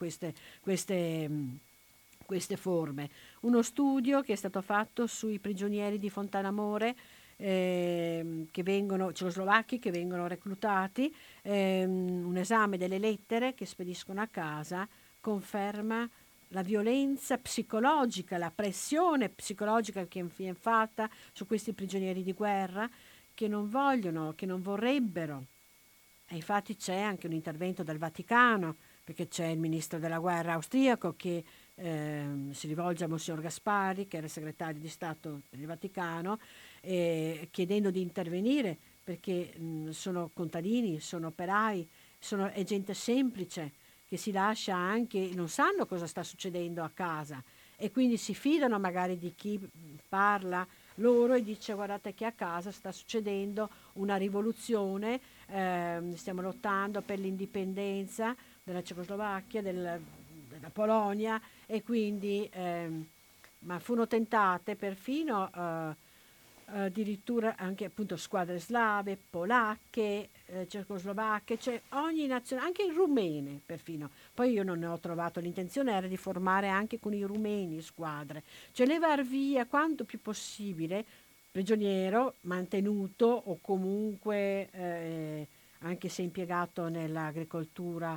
queste forme. Uno studio che è stato fatto sui prigionieri di Fontanamore che vengono, cecoslovacchi che vengono reclutati, un esame delle lettere che spediscono a casa conferma la violenza psicologica, la pressione psicologica che viene fatta su questi prigionieri di guerra che non vogliono, che non vorrebbero. E infatti c'è anche un intervento del Vaticano, perché c'è il ministro della guerra austriaco che si rivolge a Monsignor Gaspari, che era il segretario di Stato del Vaticano, chiedendo di intervenire perché sono contadini, sono operai, è gente semplice che si lascia anche, non sanno cosa sta succedendo a casa e quindi si fidano magari di chi parla loro e dice: guardate che a casa sta succedendo una rivoluzione, stiamo lottando per l'indipendenza della Cecoslovacchia, della Polonia, e quindi ma furono tentate perfino addirittura anche appunto squadre slave, polacche, cecoslovacche, cioè ogni nazione, anche rumene perfino. Poi io non ne ho trovato, l'intenzione era di formare anche con i rumeni squadre, cioè levar via quanto più possibile prigioniero mantenuto o comunque anche se impiegato nell'agricoltura,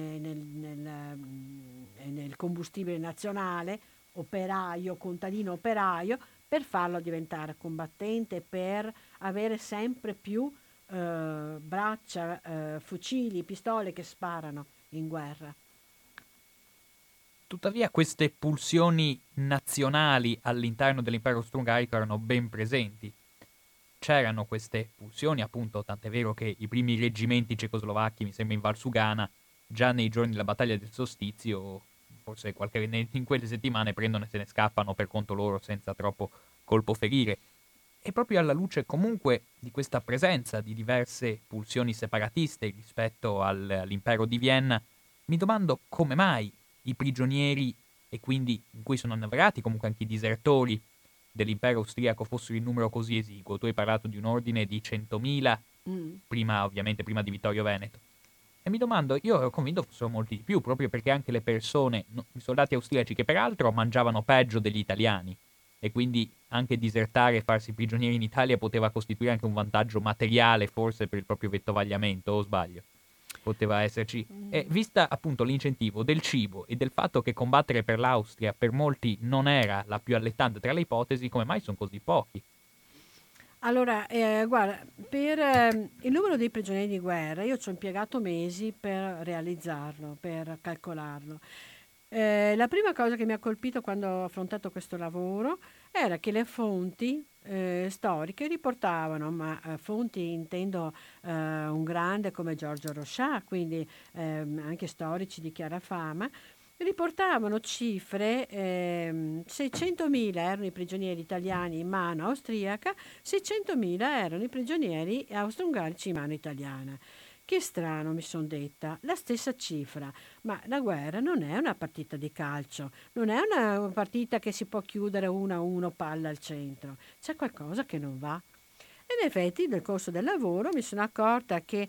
nel combustibile nazionale, operaio, contadino operaio, per farlo diventare combattente, per avere sempre più braccia, fucili, pistole che sparano in guerra. Tuttavia queste pulsioni nazionali all'interno dell'impero austro-ungarico erano ben presenti. C'erano queste pulsioni, appunto, tant'è vero che i primi reggimenti cecoslovacchi, mi sembra in Valsugana, già nei giorni della battaglia del Solstizio, forse in quelle settimane prendono e se ne scappano per conto loro senza troppo colpo ferire. E proprio alla luce comunque di questa presenza di diverse pulsioni separatiste rispetto all'impero di Vienna, mi domando come mai i prigionieri, e quindi in cui sono annoverati comunque anche i disertori dell'impero austriaco, fossero in numero così esiguo. Tu hai parlato di un ordine di 100.000, prima di Vittorio Veneto. E mi domando, io ero convinto fossero molti di più, proprio perché anche le persone, i soldati austriaci, che peraltro mangiavano peggio degli italiani, e quindi anche disertare e farsi prigionieri in Italia poteva costituire anche un vantaggio materiale, forse per il proprio vettovagliamento, o sbaglio? Poteva esserci. E vista appunto l'incentivo del cibo e del fatto che combattere per l'Austria per molti non era la più allettante tra le ipotesi, come mai sono così pochi? Allora, guarda, per il numero dei prigionieri di guerra io ci ho impiegato mesi per realizzarlo, per calcolarlo. La prima cosa che mi ha colpito quando ho affrontato questo lavoro era che le fonti storiche riportavano, ma fonti intendo un grande come Giorgio Rochat, quindi anche storici di chiara fama, riportavano cifre, 600.000 erano i prigionieri italiani in mano austriaca, 600.000 erano i prigionieri austro-ungarici in mano italiana. Che strano, mi sono detta, la stessa cifra, ma la guerra non è una partita di calcio, non è una partita che si può chiudere 1-1, palla al centro, c'è qualcosa che non va. E in effetti nel corso del lavoro mi sono accorta che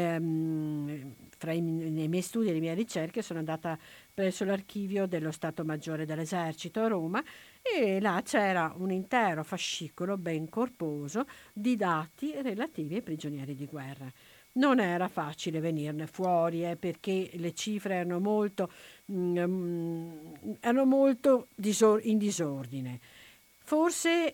nei miei studi e le mie ricerche sono andata presso l'archivio dello Stato Maggiore dell'Esercito a Roma e là c'era un intero fascicolo ben corposo di dati relativi ai prigionieri di guerra. Non era facile venirne fuori perché le cifre erano molto in disordine. Forse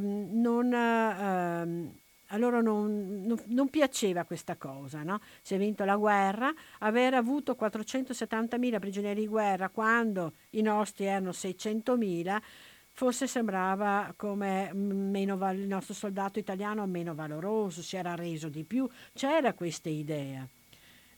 a loro non piaceva questa cosa, no? Si è vinto la guerra, aver avuto 470.000 prigionieri di guerra quando i nostri erano 600.000, forse sembrava come il nostro soldato italiano meno valoroso, si era reso di più, c'era questa idea.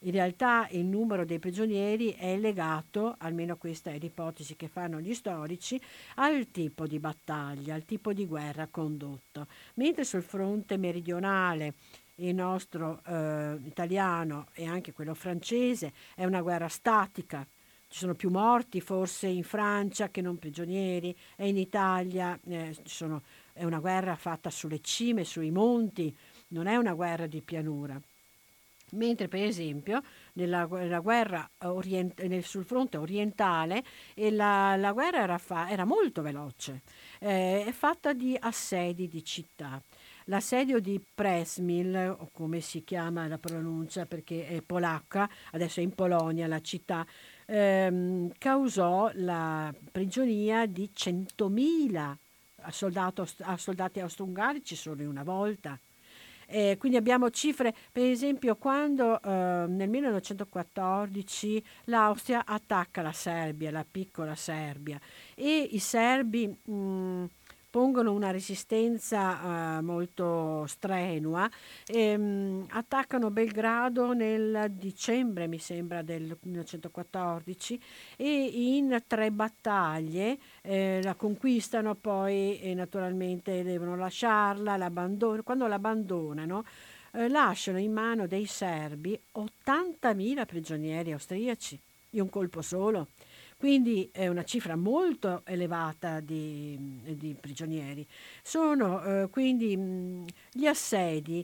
In realtà il numero dei prigionieri è legato, almeno questa è l'ipotesi che fanno gli storici, al tipo di battaglia, al tipo di guerra condotto. Mentre sul fronte meridionale il nostro italiano e anche quello francese è una guerra statica. Ci sono più morti forse in Francia che non prigionieri, e in Italia è una guerra fatta sulle cime, sui monti, non è una guerra di pianura. Mentre per esempio nella guerra sul fronte orientale la guerra era molto veloce, è fatta di assedi di città. L'assedio di Przemyśl, o come si chiama la pronuncia perché è polacca, adesso è in Polonia la città, causò la prigionia di 100.000 soldati austro-ungarici solo in una volta. Quindi abbiamo cifre, per esempio, quando nel 1914 l'Austria attacca la Serbia, la piccola Serbia, e i serbi pongono una resistenza molto strenua, attaccano Belgrado nel dicembre, mi sembra, del 1914, e in 3 battaglie la conquistano, poi naturalmente devono lasciarla, quando l'abbandonano lasciano in mano dei serbi 80.000 prigionieri austriaci di un colpo solo. Quindi è una cifra molto elevata di prigionieri. Sono quindi gli assedi,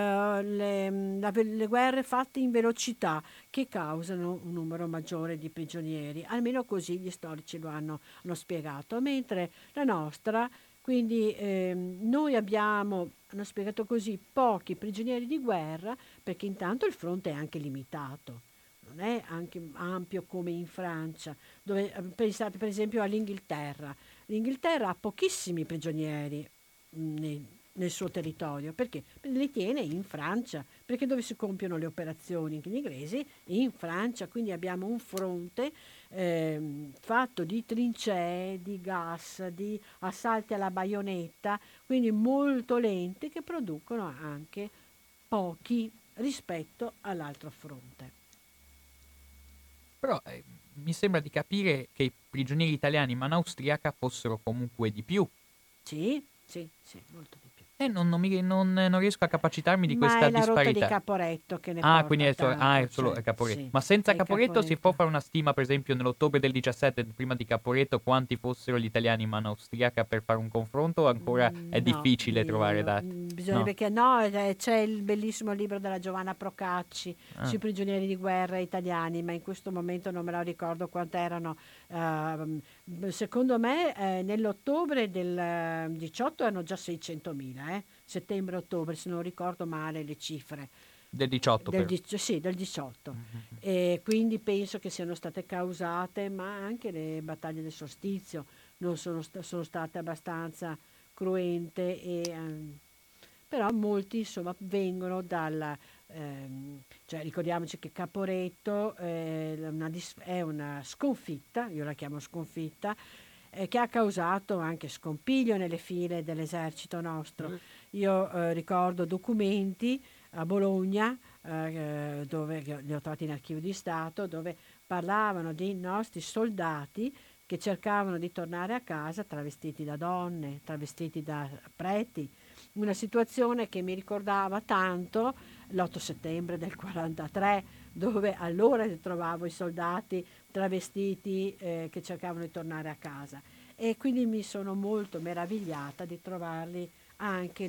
le guerre fatte in velocità che causano un numero maggiore di prigionieri. Almeno così gli storici lo hanno spiegato. Mentre la nostra, quindi noi abbiamo, hanno spiegato così, pochi prigionieri di guerra, perché intanto il fronte è anche limitato. Non è anche ampio come in Francia, dove pensate per esempio all'Inghilterra. L'Inghilterra ha pochissimi prigionieri nel suo territorio, perché li tiene in Francia, perché dove si compiono le operazioni anche gli inglesi? In Francia, quindi abbiamo un fronte fatto di trincee, di gas, di assalti alla baionetta, quindi molto lenti, che producono anche pochi rispetto all'altro fronte. Però mi sembra di capire che i prigionieri italiani in mano austriaca fossero comunque di più. Sì, molto di più. Non riesco a capacitarmi di Ma questa è la rotta di disparità. Caporetto che ne Quindi porta a capo. è solo Cioè, Caporetto. sì, Ma senza è Caporetto si può Caporetto. fare una stima, per esempio, nell'ottobre del 17, prima di Caporetto, quanti fossero gli italiani in mano austriaca per fare un confronto? O ancora è No, difficile trovare dati? No. bisognerebbe che no, c'è il bellissimo libro della Giovanna Procacci Ah. sui prigionieri di guerra italiani, ma in questo momento non me lo ricordo quanto erano. Secondo me nell'ottobre del 18 erano già 600.000, settembre-ottobre, se non ricordo male le cifre. Del 18 però. Sì, del 18. E quindi penso che siano state causate, ma anche le battaglie del solstizio non sono state abbastanza cruente, però molti insomma vengono cioè ricordiamoci che Caporetto è una sconfitta, io la chiamo sconfitta, che ha causato anche scompiglio nelle file dell'esercito nostro. Io ricordo documenti a Bologna, dove li ho trovati in archivio di Stato, dove parlavano dei nostri soldati che cercavano di tornare a casa travestiti da donne, travestiti da preti, una situazione che mi ricordava tanto l'8 settembre del 43, dove allora trovavo i soldati travestiti che cercavano di tornare a casa, e quindi mi sono molto meravigliata di trovarli anche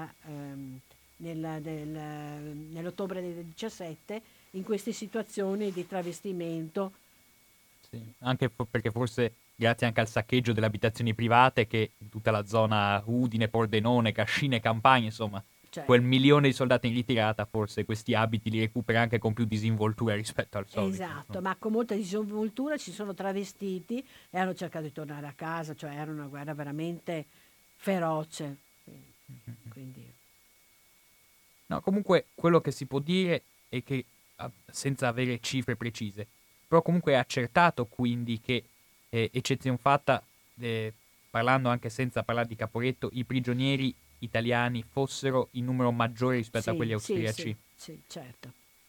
nell'ottobre del 17 in queste situazioni di travestimento. Sì. Anche perché forse grazie anche al saccheggio delle abitazioni private che in tutta la zona Udine, Pordenone, Cascina e Campania, insomma, quel milione di soldati in ritirata, forse questi abiti li recupera anche con più disinvoltura rispetto al solito. Esatto, ma con molta disinvoltura si sono travestiti e hanno cercato di tornare a casa, cioè era una guerra veramente feroce. Quindi. No, comunque quello che si può dire è che, senza avere cifre precise, però comunque è accertato quindi che, eccezione fatta, parlando anche senza parlare di Caporetto, i prigionieri italiani fossero in numero maggiore rispetto a quelli austriaci. Sì, certo.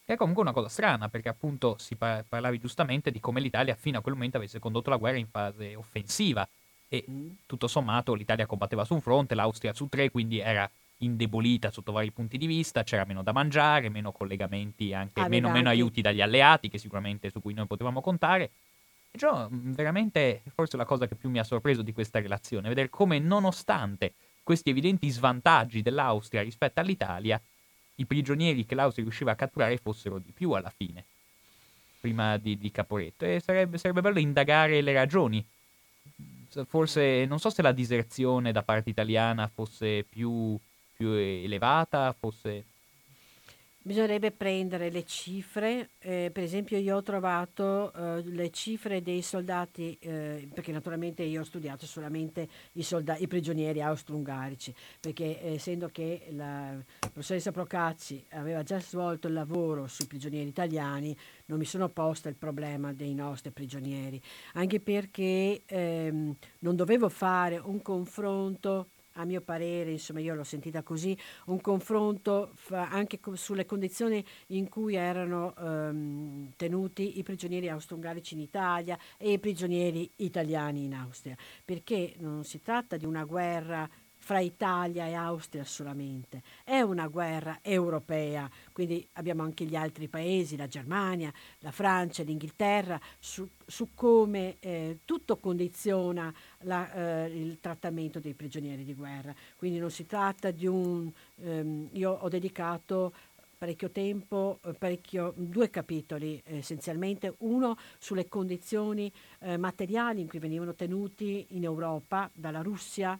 Che è comunque una cosa strana, perché appunto parlavi giustamente di come l'Italia fino a quel momento avesse condotto la guerra in fase offensiva e tutto sommato l'Italia combatteva su un fronte, l'Austria su tre, quindi era indebolita sotto vari punti di vista, c'era meno da mangiare, meno collegamenti, anche Aveva meno anche aiuti dagli alleati, che sicuramente su cui noi potevamo contare. E ciò veramente forse la cosa che più mi ha sorpreso di questa relazione, vedere come nonostante questi evidenti svantaggi dell'Austria rispetto all'Italia, i prigionieri che l'Austria riusciva a catturare fossero di più alla fine, prima di Caporetto. E sarebbe bello indagare le ragioni. Forse, non so se la diserzione da parte italiana fosse più elevata, fosse... Bisognerebbe prendere le cifre, per esempio io ho trovato le cifre dei soldati, perché naturalmente io ho studiato solamente i prigionieri austro-ungarici, perché essendo che la professoressa Procacci aveva già svolto il lavoro sui prigionieri italiani, non mi sono posta il problema dei nostri prigionieri, anche perché non dovevo fare un confronto. A mio parere, insomma, io l'ho sentita così, un confronto anche sulle condizioni in cui erano tenuti i prigionieri austro-ungarici in Italia e i prigionieri italiani in Austria, perché non si tratta di una guerra fra Italia e Austria solamente, è una guerra europea, quindi abbiamo anche gli altri paesi, la Germania, la Francia, l'Inghilterra, su come tutto condiziona il trattamento dei prigionieri di guerra. Quindi non si tratta di io ho dedicato parecchio tempo, due capitoli essenzialmente, uno sulle condizioni materiali in cui venivano tenuti in Europa, dalla Russia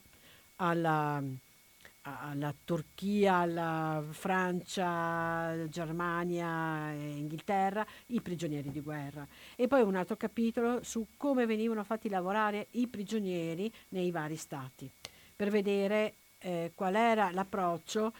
alla Turchia, alla Francia, Germania e Inghilterra, i prigionieri di guerra. E poi un altro capitolo su come venivano fatti lavorare i prigionieri nei vari stati, per vedere qual era l'approccio,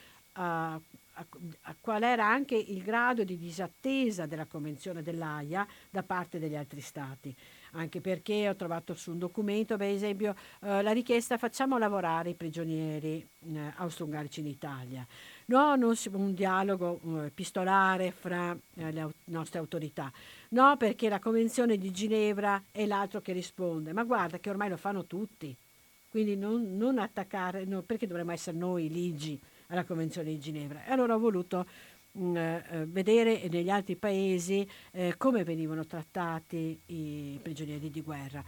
qual era anche il grado di disattesa della Convenzione dell'Aia da parte degli altri stati. Anche perché ho trovato su un documento, per esempio, la richiesta facciamo lavorare i prigionieri austro-ungarici in Italia. No, non si, un dialogo epistolare fra le nostre autorità. No, perché la Convenzione di Ginevra è l'altro che risponde. Ma guarda che ormai lo fanno tutti. Quindi non attaccare, no, perché dovremmo essere noi ligi alla Convenzione di Ginevra? E allora ho voluto vedere negli altri paesi come venivano trattati i prigionieri di guerra.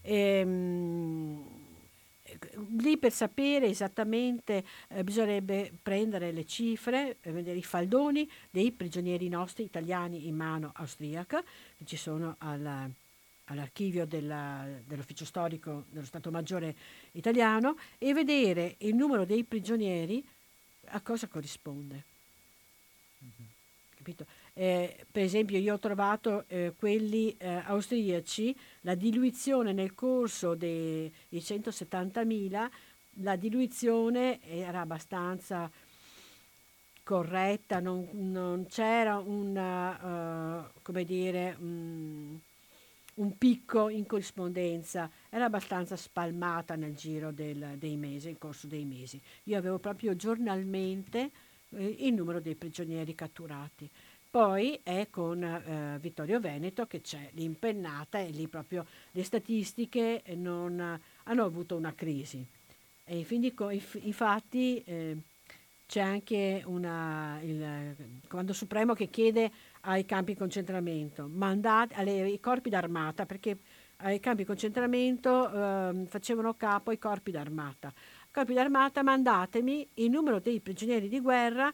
Lì per sapere esattamente bisognerebbe prendere le cifre, vedere i faldoni dei prigionieri nostri italiani in mano austriaca, che ci sono all'archivio dell'ufficio storico dello Stato Maggiore italiano, e vedere il numero dei prigionieri a cosa corrisponde. Capito? Per esempio io ho trovato quelli austriaci, la diluizione nel corso dei 170.000, la diluizione era abbastanza corretta, non c'era come dire, un picco in corrispondenza, era abbastanza spalmata nel giro dei mesi, nel corso dei mesi. Io avevo proprio giornalmente il numero dei prigionieri catturati. Poi è con Vittorio Veneto che c'è l'impennata e lì proprio le statistiche non hanno avuto una crisi. E infatti c'è anche il Comando Supremo che chiede ai campi di concentramento, ai corpi d'armata, perché ai campi di concentramento facevano capo ai corpi d'armata. Corpi d'armata, mandatemi il numero dei prigionieri di guerra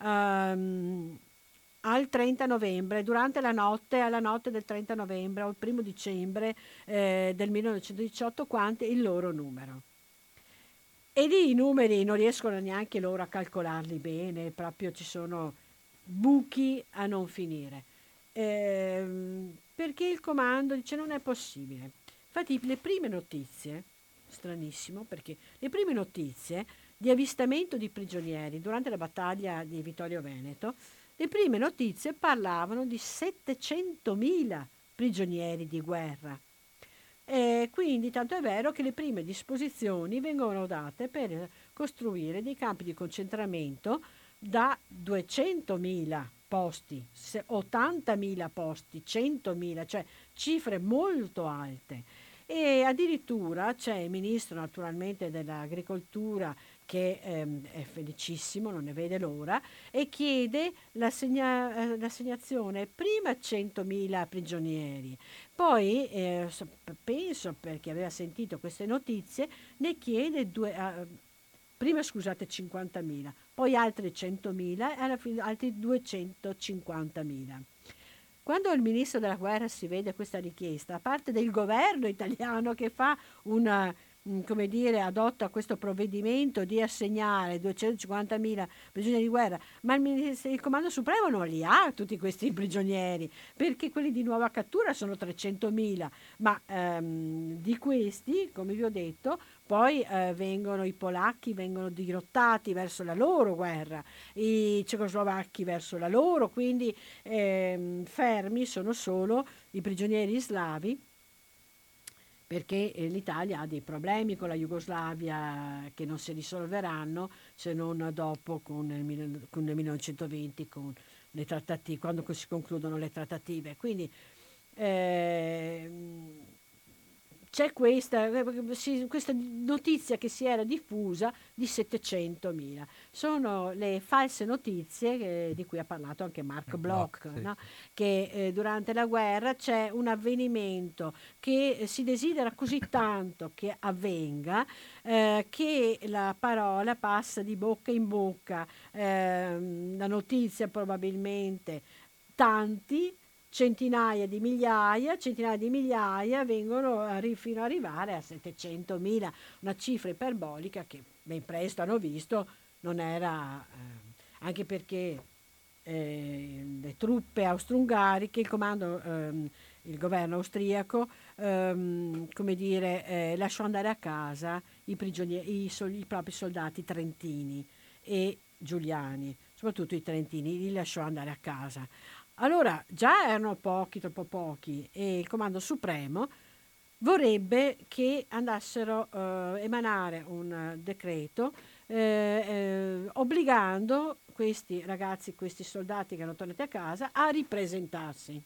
al 30 novembre, durante alla notte del 30 novembre o il 1° dicembre del 1918, quanto è il loro numero. E lì i numeri non riescono neanche loro a calcolarli bene, proprio ci sono buchi a non finire. Perché il comando dice non è possibile. Infatti le prime notizie, stranissimo, perché le prime notizie di avvistamento di prigionieri durante la battaglia di Vittorio Veneto, le prime notizie parlavano di 700.000 prigionieri di guerra. Quindi tanto è vero che le prime disposizioni vengono date per costruire dei campi di concentramento da 200.000 posti, 80.000 posti, 100.000, cioè cifre molto alte. E addirittura c'è il ministro naturalmente dell'agricoltura che è felicissimo, non ne vede l'ora, e chiede l'assegnazione prima 100.000 prigionieri, poi penso, perché aveva sentito queste notizie, ne chiede prima scusate 50.000, poi altri 100.000 e alla fine altri 250.000. Quando il ministro della guerra si vede questa richiesta, a parte del governo italiano che fa come dire, adotta questo provvedimento di assegnare 250.000 prigionieri di guerra, ma il Comando Supremo non li ha tutti questi prigionieri, perché quelli di nuova cattura sono 300.000, ma di questi, come vi ho detto, poi i polacchi vengono dirottati verso la loro guerra, i cecoslovacchi verso la loro, quindi fermi sono solo i prigionieri slavi, perché l'Italia ha dei problemi con la Jugoslavia che non si risolveranno se non dopo con il 1920, con le trattative, quando si concludono le trattative. Quindi c'è questa notizia che si era diffusa di 700.000. Sono le false notizie di cui ha parlato anche Mark Bloch, sì. no? Che durante la guerra c'è un avvenimento che si desidera così tanto che avvenga, che la parola passa di bocca in bocca, la notizia probabilmente tanti centinaia di migliaia vengono fino ad arrivare a 700.000, una cifra iperbolica che ben presto hanno visto non era, anche perché le truppe austro-ungariche, il governo austriaco, come dire, lasciò andare a casa i propri soldati trentini e giuliani, soprattutto i trentini, li lasciò andare a casa. Allora, già erano pochi, troppo pochi, e il Comando Supremo vorrebbe che andassero a emanare un decreto obbligando questi ragazzi, questi soldati che erano tornati a casa, a ripresentarsi.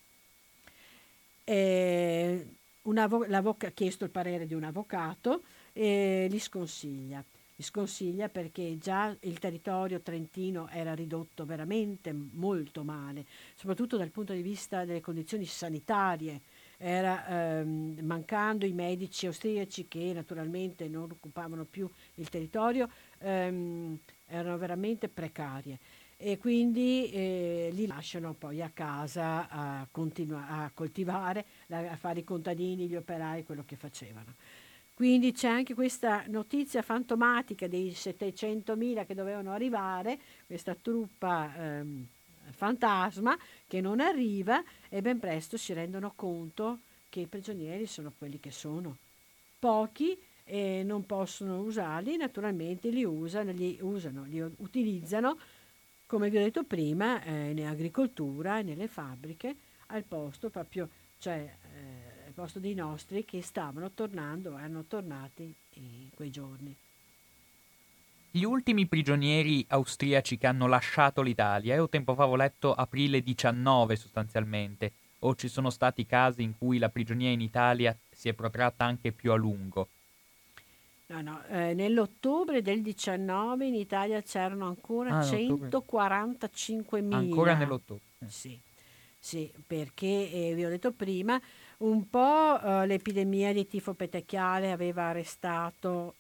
Ha chiesto il parere di un avvocato e li sconsiglia. Li sconsiglia perché già il territorio trentino era ridotto veramente molto male, soprattutto dal punto di vista delle condizioni sanitarie. Era mancando i medici austriaci che naturalmente non occupavano più il territorio, erano veramente precarie e quindi li lasciano poi a casa a coltivare, a fare i contadini, gli operai, quello che facevano. Quindi c'è anche questa notizia fantomatica dei 700.000 che dovevano arrivare, questa truppa fantasma che non arriva, e ben presto si rendono conto che i prigionieri sono quelli che sono. Pochi non possono usarli, naturalmente li utilizzano, come vi ho detto prima, in agricoltura e nelle fabbriche, al posto proprio, cioè al posto dei nostri che stavano tornando, erano tornati in quei giorni. Gli ultimi prigionieri austriaci che hanno lasciato l'Italia, io tempo fa avevo letto aprile 19 sostanzialmente, o ci sono stati casi in cui la prigionia in Italia si è protratta anche più a lungo? No, nell'ottobre del 19 in Italia c'erano ancora Nell'ottobre. 145.000. Ancora nell'ottobre. Sì, sì, perché vi ho detto prima, un po' l'epidemia di tifo petechiale aveva arrestato,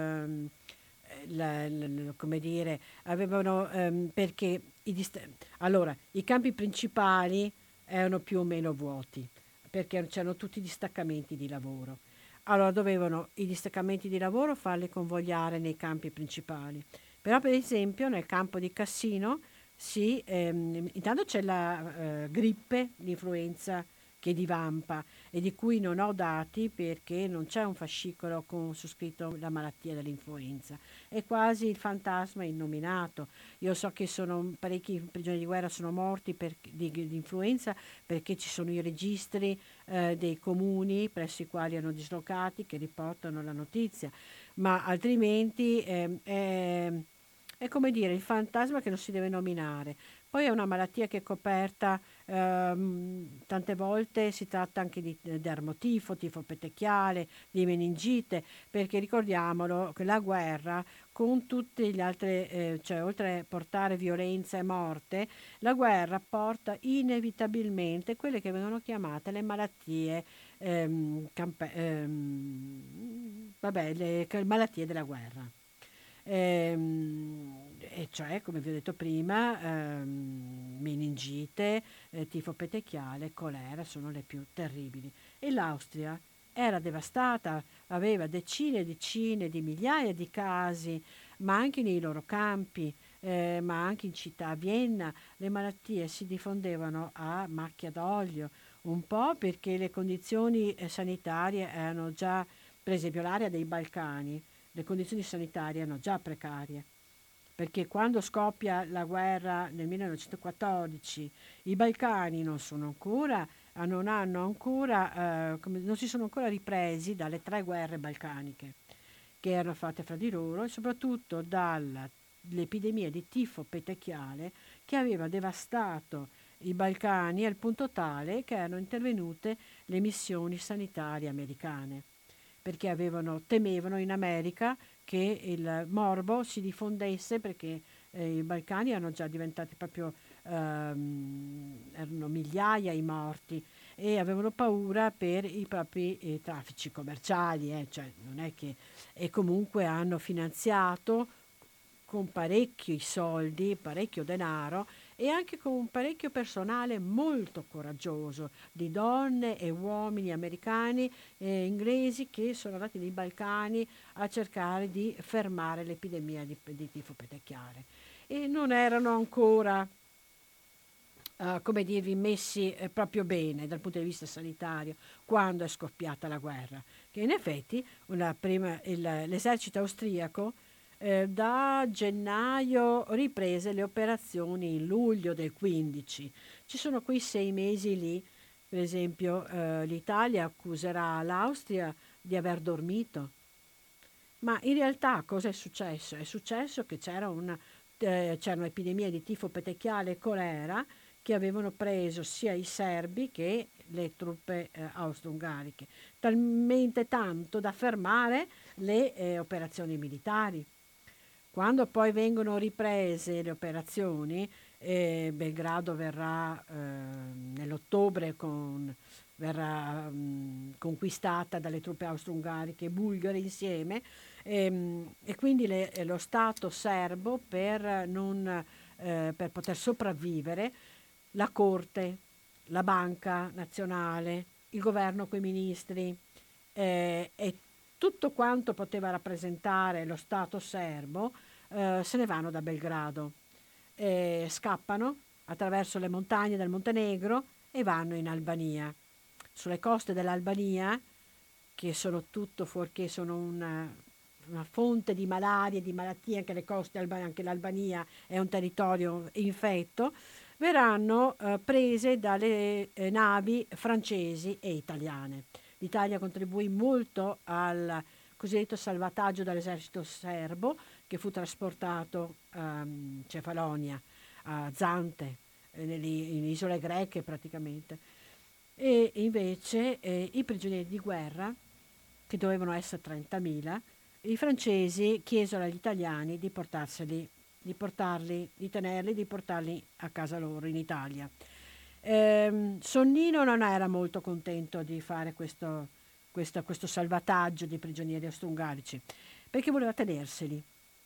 come dire, avevano, perché allora, i campi principali erano più o meno vuoti, perché c'erano tutti i distaccamenti di lavoro. Allora dovevano i distaccamenti di lavoro farli convogliare nei campi principali. Però per esempio nel campo di Cassino intanto c'è la grippe, l'influenza che divampa e di cui non ho dati perché non c'è un fascicolo con su scritto la malattia dell'influenza. È quasi il fantasma innominato. Io so che parecchi prigionieri di guerra sono morti di influenza perché ci sono i registri dei comuni presso i quali hanno dislocati che riportano la notizia, ma altrimenti è è come dire il fantasma che non si deve nominare. Poi è una malattia che è coperta, tante volte si tratta anche di dermotifo, tifo petechiale, di meningite, perché ricordiamolo che la guerra con tutte le altre, cioè oltre a portare violenza e morte, la guerra porta inevitabilmente quelle che vengono chiamate le malattie, le malattie della guerra. E cioè, come vi ho detto prima, meningite, tifo petechiale, colera sono le più terribili. E l'Austria era devastata, aveva decine e decine di migliaia di casi, ma anche nei loro campi, ma anche in città. A Vienna le malattie si diffondevano a macchia d'olio, un po' perché le condizioni sanitarie erano già, per esempio l'area dei Balcani, le condizioni sanitarie erano già precarie, perché quando scoppia la guerra nel 1914 i Balcani non hanno ancora, non si sono ancora ripresi dalle 3 guerre balcaniche che erano fatte fra di loro e soprattutto dall'epidemia di tifo petechiale che aveva devastato i Balcani al punto tale che erano intervenute le missioni sanitarie americane perché temevano in America che il morbo si diffondesse perché i Balcani erano già diventati proprio, erano migliaia i morti e avevano paura per i propri traffici commerciali, cioè non è che, e comunque hanno finanziato con parecchi soldi, parecchio denaro e anche con un parecchio personale molto coraggioso di donne e uomini americani e inglesi che sono andati nei Balcani a cercare di fermare l'epidemia di tifo petechiale. E non erano ancora come dirvi, messi proprio bene dal punto di vista sanitario quando è scoppiata la guerra, che in effetti l'esercito austriaco da gennaio riprese le operazioni in luglio del 15. Ci sono quei 6 mesi lì, per esempio l'Italia accuserà l'Austria di aver dormito, ma in realtà cosa è successo? È successo che c'erano epidemie di tifo petechiale e colera che avevano preso sia i serbi che le truppe austro-ungariche, talmente tanto da fermare le operazioni militari. Quando poi vengono riprese le operazioni, Belgrado verrà nell'ottobre verrà conquistata dalle truppe austro-ungariche e bulgare insieme e quindi lo Stato serbo per poter sopravvivere, la Corte, la Banca Nazionale, il governo coi ministri e tutto quanto poteva rappresentare lo Stato serbo se ne vanno da Belgrado, scappano attraverso le montagne del Montenegro e vanno in Albania. Sulle coste dell'Albania, che sono tutto fuorché sono una fonte di malaria, di malattie, anche le coste, anche l'Albania è un territorio infetto, verranno prese dalle navi francesi e italiane. L'Italia contribuì molto al cosiddetto salvataggio dall'esercito serbo che fu trasportato a Cefalonia, a Zante, in isole greche praticamente. E invece i prigionieri di guerra, che dovevano essere 30.000, i francesi chiesero agli italiani di tenerli, di portarli a casa loro in Italia. Sonnino non era molto contento di fare questo salvataggio dei prigionieri austro-ungarici perché voleva tenerseli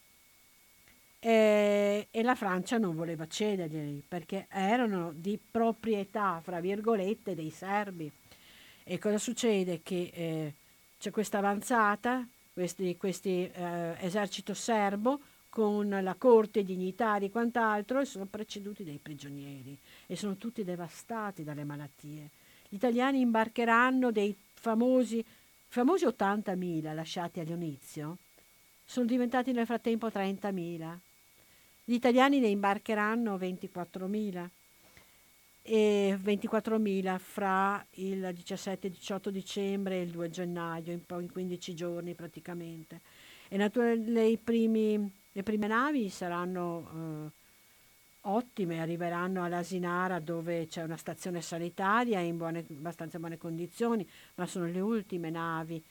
e la Francia non voleva cederglieli perché erano di proprietà, fra virgolette, dei serbi. E cosa succede? Che c'è questa avanzata, questi esercito serbo con la corte, i dignitari e quant'altro e sono preceduti dai prigionieri e sono tutti devastati dalle malattie. Gli italiani imbarcheranno dei famosi 80.000 lasciati all'inizio, sono diventati nel frattempo 30.000. Gli italiani ne imbarcheranno 24.000 e 24.000 fra il 17 e 18 dicembre e il 2 gennaio, in 15 giorni praticamente. E i primi Le prime navi saranno ottime, arriveranno all'Asinara dove c'è una stazione sanitaria in abbastanza buone condizioni, ma sono le ultime navi,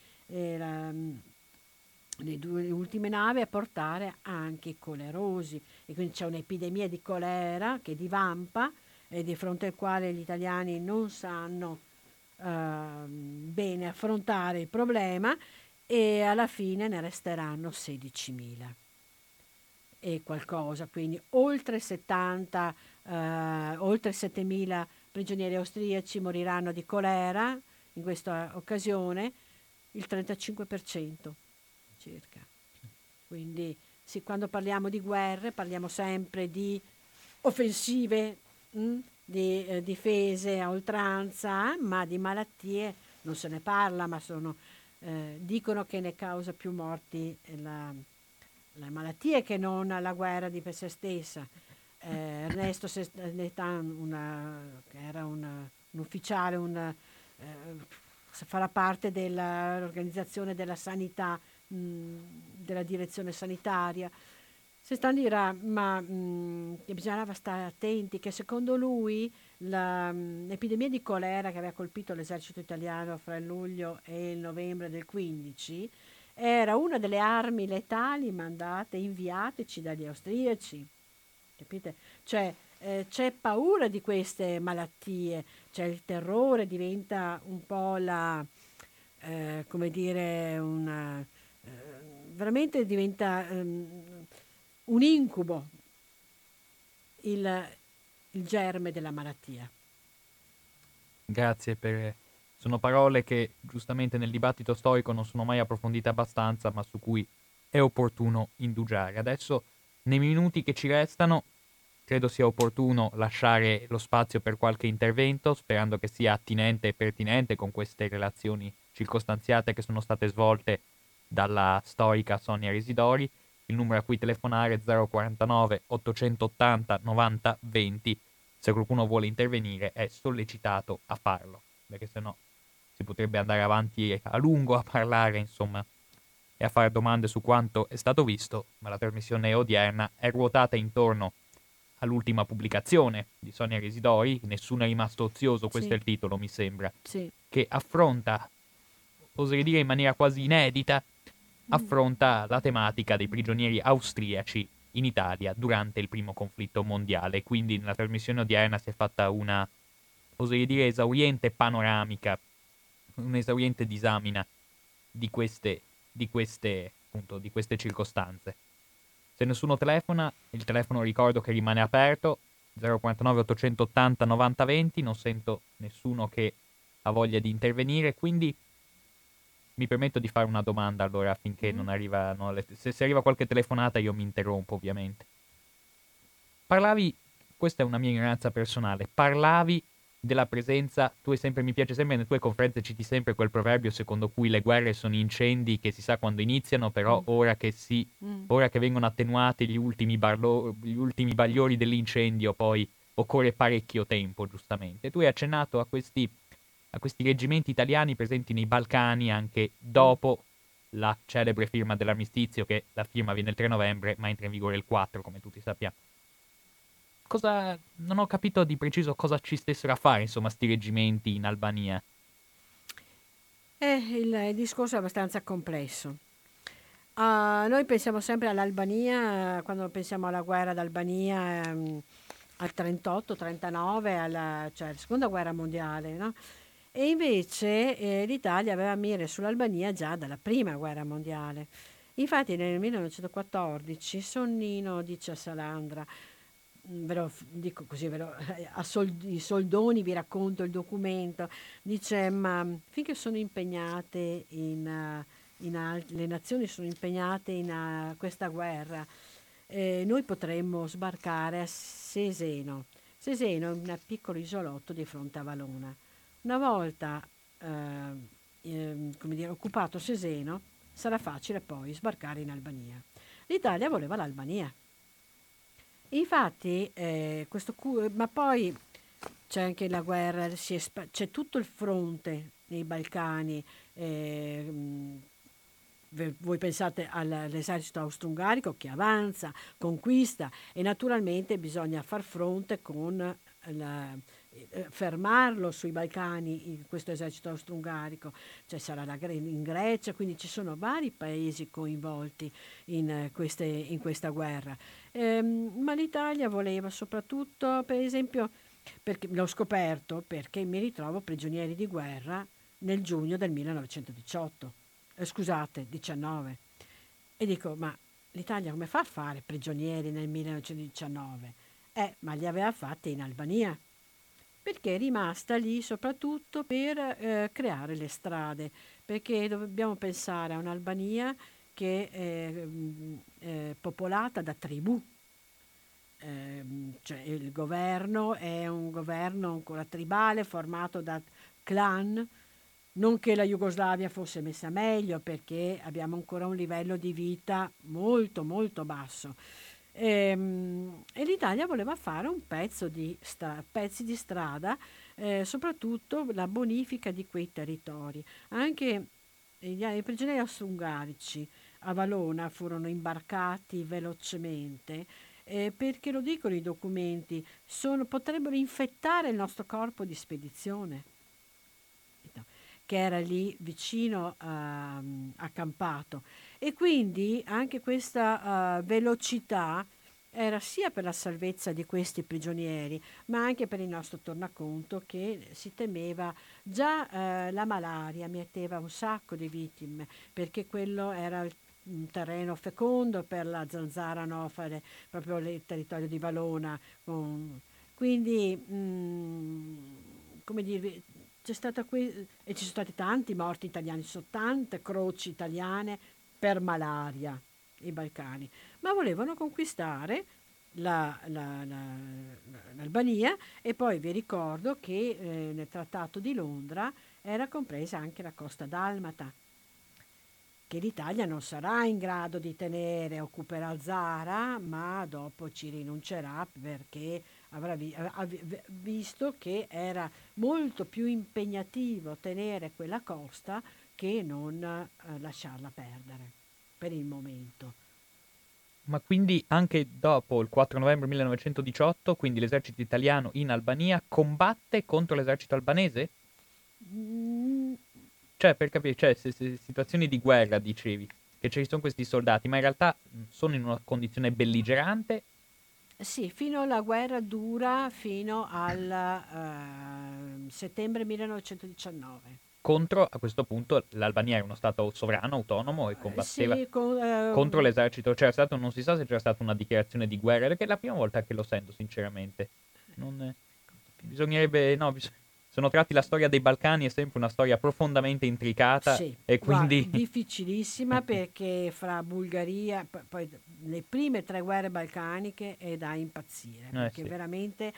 le due ultime navi a portare anche i colerosi, e quindi c'è un'epidemia di colera che divampa e di fronte al quale gli italiani non sanno bene affrontare il problema, e alla fine ne resteranno 16.000 e qualcosa, quindi oltre 7.000 prigionieri austriaci moriranno di colera in questa occasione, il 35% circa. Quindi sì, quando parliamo di guerre parliamo sempre di offensive, di difese a oltranza, ma di malattie non se ne parla, ma dicono che ne causa più morti le malattie che non la guerra di per sé stessa. Ernesto Nestan, che era un ufficiale, farà parte dell'organizzazione della sanità, della direzione sanitaria. Sestan dirà che bisognava stare attenti, che secondo lui l'epidemia di colera che aveva colpito l'esercito italiano fra il luglio e il novembre del 15 era una delle armi letali inviateci dagli austriaci, capite? Cioè c'è paura di queste malattie, cioè il terrore diventa un po' come dire, veramente diventa un incubo il germe della malattia. Grazie per... Sono parole che giustamente nel dibattito storico non sono mai approfondite abbastanza, ma su cui è opportuno indugiare. Adesso, nei minuti che ci restano, credo sia opportuno lasciare lo spazio per qualche intervento, sperando che sia attinente e pertinente con queste relazioni circostanziate che sono state svolte dalla storica Sonia Residori. Il numero a cui telefonare è 049 880 90 20. Se qualcuno vuole intervenire è sollecitato a farlo, perché sennò si potrebbe andare avanti a lungo a parlare, insomma, e a fare domande su quanto è stato visto, ma la trasmissione odierna è ruotata intorno all'ultima pubblicazione di Sonia Residori, Nessuno è rimasto ozioso, questo Sì. è il titolo, mi sembra, Sì. che affronta, oserei dire in maniera quasi inedita, affronta la tematica dei prigionieri austriaci in Italia durante il primo conflitto mondiale. Quindi nella trasmissione odierna si è fatta una, oserei dire, esauriente panoramica, un'esauriente disamina appunto, di queste circostanze. Se nessuno telefona, il telefono ricordo che rimane aperto, 049 880 90 20, non sento nessuno che ha voglia di intervenire, quindi mi permetto di fare una domanda allora affinché non arrivano se arriva qualche telefonata io mi interrompo ovviamente. Parlavi, questa è una mia ignoranza personale, parlavi della presenza, mi piace sempre nelle tue conferenze citi sempre quel proverbio secondo cui le guerre sono incendi che si sa quando iniziano, però ora che vengono attenuati gli ultimi bagliori dell'incendio poi occorre parecchio tempo, giustamente. Tu hai accennato a questi reggimenti italiani presenti nei Balcani anche dopo la celebre firma dell'armistizio, che la firma viene il 3 novembre ma entra in vigore il 4, come tutti sappiamo. Non ho capito di preciso cosa ci stessero a fare, insomma, sti reggimenti in Albania. Il discorso è abbastanza complesso. Noi pensiamo sempre all'Albania, quando pensiamo alla guerra d'Albania, al 38-39, cioè alla seconda guerra mondiale, no? E invece l'Italia aveva mire sull'Albania già dalla prima guerra mondiale. Infatti nel 1914 Sonnino dice a Salandra, ve lo dico così, i soldoni vi racconto il documento, dice ma finché sono impegnate le nazioni sono impegnate in questa guerra, noi potremmo sbarcare a Seseno. Seseno è un piccolo isolotto di fronte a Valona. Una volta come dire, occupato Seseno, sarà facile poi sbarcare in Albania. L'Italia voleva l'Albania. Infatti, ma poi c'è anche la guerra, c'è tutto il fronte nei Balcani, Voi pensate all'esercito austro-ungarico che avanza, conquista e naturalmente bisogna far fronte con fermarlo sui Balcani, questo esercito austro-ungarico, cioè sarà in Grecia, quindi ci sono vari paesi coinvolti in questa guerra. Ma l'Italia voleva soprattutto, per esempio, perché l'ho scoperto perché mi ritrovo prigionieri di guerra nel giugno del 1918, scusate, 19. E dico, ma l'Italia come fa a fare prigionieri nel 1919? Ma li aveva fatti in Albania, perché è rimasta lì soprattutto per creare le strade, perché dobbiamo pensare a un'Albania che è popolata da tribù. Cioè il governo è un governo ancora tribale formato da clan, non che la Jugoslavia fosse messa meglio perché abbiamo ancora un livello di vita molto molto basso. E l'Italia voleva fare un pezzi di strada, soprattutto la bonifica di quei territori. Anche i prigionieri austro-ungarici a Valona furono imbarcati velocemente perché lo dicono i documenti, potrebbero infettare il nostro corpo di spedizione, no, che era lì vicino accampato. E quindi anche questa velocità era sia per la salvezza di questi prigionieri, ma anche per il nostro tornaconto che si temeva già la malaria metteva un sacco di vittime, perché quello era un terreno fecondo per la zanzara anofale, proprio il territorio di Valona. Quindi, come dire, c'è stata e ci sono stati tanti morti italiani, ci sono tante croci italiane per malaria, i Balcani, ma volevano conquistare l'Albania e poi vi ricordo che nel Trattato di Londra era compresa anche la costa dalmata, che l'Italia non sarà in grado di tenere, occuperà Zara, ma dopo ci rinuncerà perché avrà visto che era molto più impegnativo tenere quella costa che non lasciarla perdere per il momento. Ma quindi anche dopo il 4 novembre 1918, quindi l'esercito italiano in Albania combatte contro l'esercito albanese? Cioè, per capire, cioè, se situazioni di guerra, dicevi, che ci sono questi soldati, ma in realtà sono in una condizione belligerante. Sì, fino alla guerra dura fino al settembre 1919. Contro, a questo punto, l'Albania era uno stato sovrano, autonomo e combatteva Sì, contro l'esercito. C'era stato, non si sa se c'era stata una dichiarazione di guerra, perché è la prima volta che lo sento, sinceramente. Non, bisognerebbe, no, sono tratti la storia dei Balcani, è sempre una storia profondamente intricata sì, e guarda, quindi. difficilissima perché fra Bulgaria, poi le prime 3 guerre balcaniche è da impazzire, perché Sì. veramente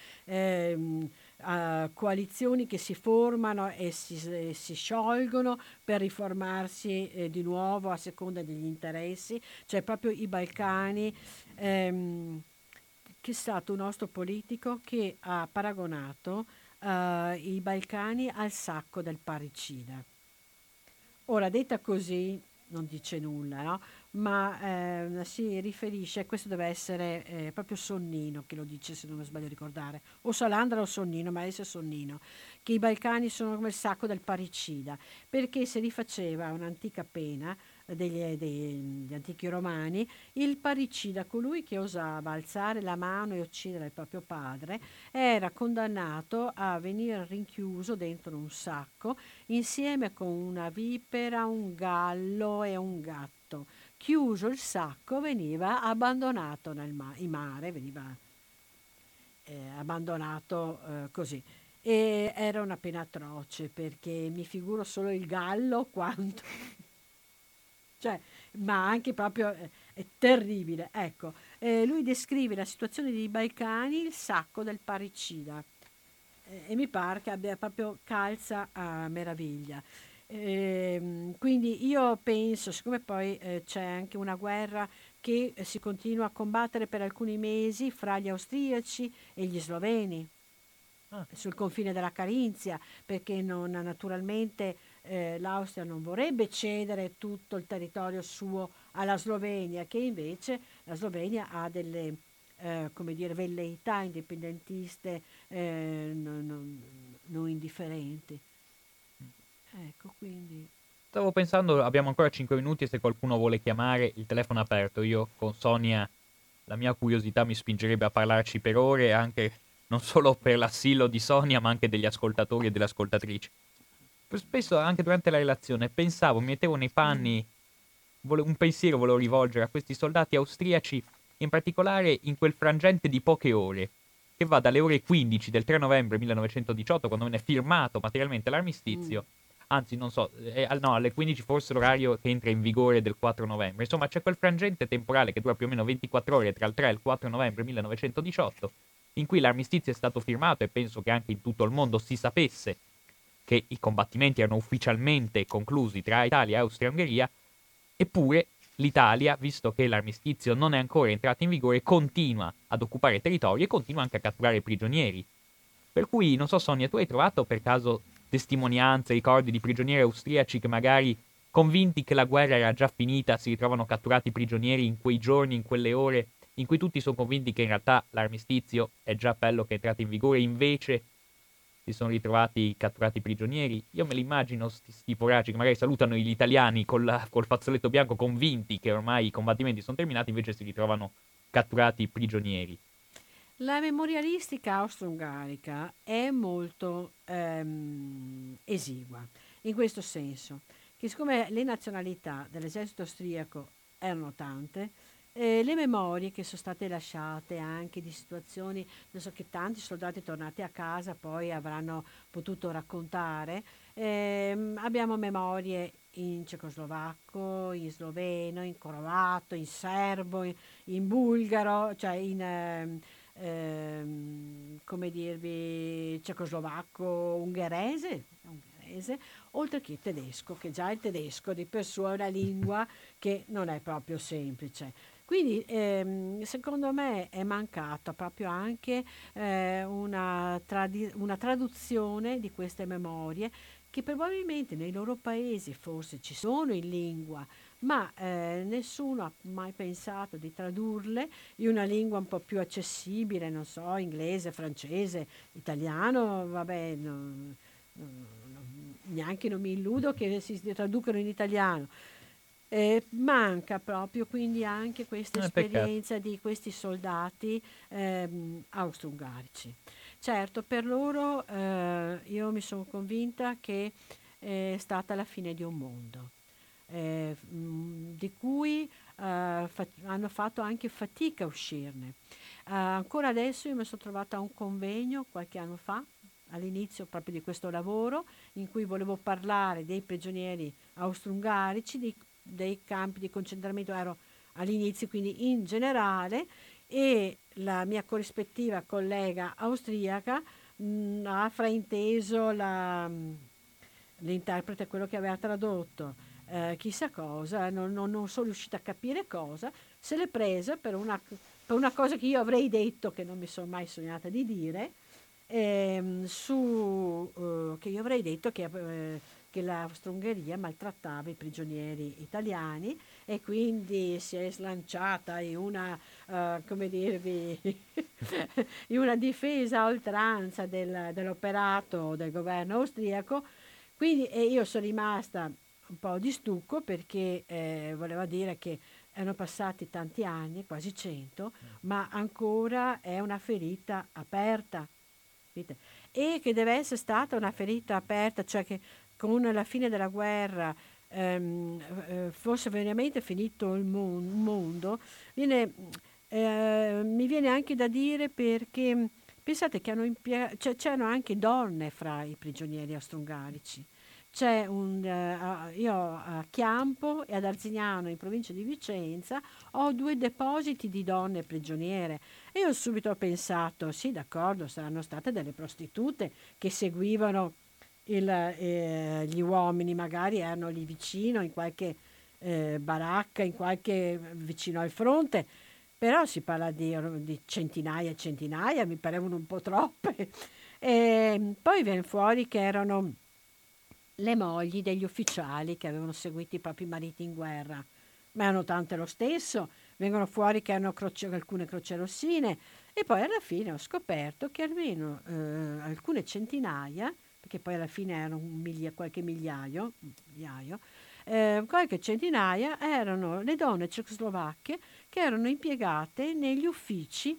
coalizioni che si formano e si sciolgono per riformarsi di nuovo a seconda degli interessi, cioè proprio i Balcani. Che è stato un nostro politico che ha paragonato i Balcani al sacco del parricida. Ora, detta così, non dice nulla, no? Ma si riferisce, questo deve essere proprio Sonnino che lo dice, se non mi sbaglio a ricordare, o Salandra o Sonnino, ma adesso è Sonnino, che i Balcani sono come il sacco del parricida, perché si rifaceva un'antica pena degli antichi romani, il parricida, colui che osava alzare la mano e uccidere il proprio padre, era condannato a venire rinchiuso dentro un sacco insieme con una vipera, un gallo e un gatto. Chiuso il sacco veniva abbandonato in mare, veniva abbandonato così. E era una pena atroce perché mi figuro solo il gallo quanto. Cioè, ma anche proprio è terribile. Ecco, lui descrive la situazione dei Balcani, il sacco del parricida, e mi pare che abbia proprio calza a meraviglia. Quindi io penso, siccome poi c'è anche una guerra che si continua a combattere per alcuni mesi fra gli austriaci e gli sloveni Ah. sul confine della Carinzia, perché non, naturalmente l'Austria non vorrebbe cedere tutto il territorio suo alla Slovenia, che invece la Slovenia ha delle come dire, velleità indipendentiste non indifferenti. Ecco, quindi. Stavo pensando, abbiamo ancora 5 minuti e se qualcuno vuole chiamare, il telefono è aperto. Io con Sonia, la mia curiosità mi spingerebbe a parlarci per ore, anche non solo per l'assillo di Sonia, ma anche degli ascoltatori e delle ascoltatrici. Spesso anche durante la relazione pensavo, mi mettevo nei panni, un pensiero volevo rivolgere a questi soldati austriaci, in particolare in quel frangente di poche ore, che va dalle ore 15 del 3 novembre 1918, quando viene firmato materialmente l'armistizio, anzi non so, no, alle 15 forse l'orario che entra in vigore del 4 novembre. Insomma, c'è quel frangente temporale che dura più o meno 24 ore tra il 3 e il 4 novembre 1918, in cui l'armistizio è stato firmato e penso che anche in tutto il mondo si sapesse che i combattimenti erano ufficialmente conclusi tra Italia, Austria e Ungheria, eppure l'Italia, visto che l'armistizio non è ancora entrato in vigore, continua ad occupare territori e continua anche a catturare prigionieri. Per cui, non so Sonia, tu hai trovato per caso testimonianze, ricordi di prigionieri austriaci che magari, convinti che la guerra era già finita, si ritrovano catturati prigionieri in quei giorni, in quelle ore, in cui tutti sono convinti che in realtà l'armistizio è già bello che è entrato in vigore, invece si sono ritrovati catturati prigionieri? Io me li immagino sti poracci che magari salutano gli italiani col fazzoletto bianco, convinti che ormai i combattimenti sono terminati, invece si ritrovano catturati prigionieri. La memorialistica austro-ungarica è molto esigua, in questo senso, che siccome le nazionalità dell'esercito austriaco erano tante, le memorie che sono state lasciate anche di situazioni, adesso che tanti soldati tornati a casa poi avranno potuto raccontare, abbiamo memorie in cecoslovacco, in sloveno, in croato, in serbo, in bulgaro, cioè in come dirvi, cecoslovacco, ungherese, oltre che tedesco, che già il tedesco di per sé è una lingua che non è proprio semplice. Quindi secondo me è mancata proprio anche una traduzione di queste memorie che probabilmente nei loro paesi forse ci sono in lingua, ma nessuno ha mai pensato di tradurle in una lingua un po' più accessibile, non so, inglese, francese, italiano, vabbè, neanche non mi illudo che si traducano in italiano. Manca proprio quindi anche questa esperienza di questi soldati austro-ungarici. Certo, per loro io mi sono convinta che è stata la fine di un mondo, di cui hanno fatto anche fatica a uscirne. Ancora adesso io mi sono trovata a un convegno qualche anno fa, all'inizio proprio di questo lavoro, in cui volevo parlare dei prigionieri austro-ungarici, dei campi di concentramento, ero all'inizio, quindi in generale, e la mia corrispettiva collega austriaca ha frainteso l'interprete, quello che aveva tradotto chissà cosa, non sono riuscita a capire cosa, se l'è presa per una cosa che io avrei detto, che non mi sono mai sognata di dire, che io avrei detto che l'Austro-Ungheria maltrattava i prigionieri italiani e quindi si è slanciata in una, come dirvi, in una difesa a oltranza dell'operato del governo austriaco. Quindi io sono rimasta un po' di stucco perché voleva dire che erano passati tanti anni, quasi 100, ma ancora è una ferita aperta. E che deve essere stata una ferita aperta, cioè che con la fine della guerra fosse veramente finito il mondo, mi viene anche da dire perché pensate che c'erano anche donne fra i prigionieri austro-ungarici. Io a Chiampo e ad Arzignano, in provincia di Vicenza, ho 2 depositi di donne prigioniere. E io subito ho pensato, sì, d'accordo, saranno state delle prostitute che seguivano gli uomini, magari erano lì vicino, in qualche baracca, vicino al fronte, però si parla di centinaia e centinaia, mi parevano un po' troppe. E poi viene fuori che erano le mogli degli ufficiali che avevano seguito i propri mariti in guerra. Ma erano tante lo stesso, vengono fuori che hanno alcune crocerossine e poi alla fine ho scoperto che almeno alcune centinaia, perché poi alla fine erano qualche migliaio, qualche centinaia erano le donne cecoslovacche che erano impiegate negli uffici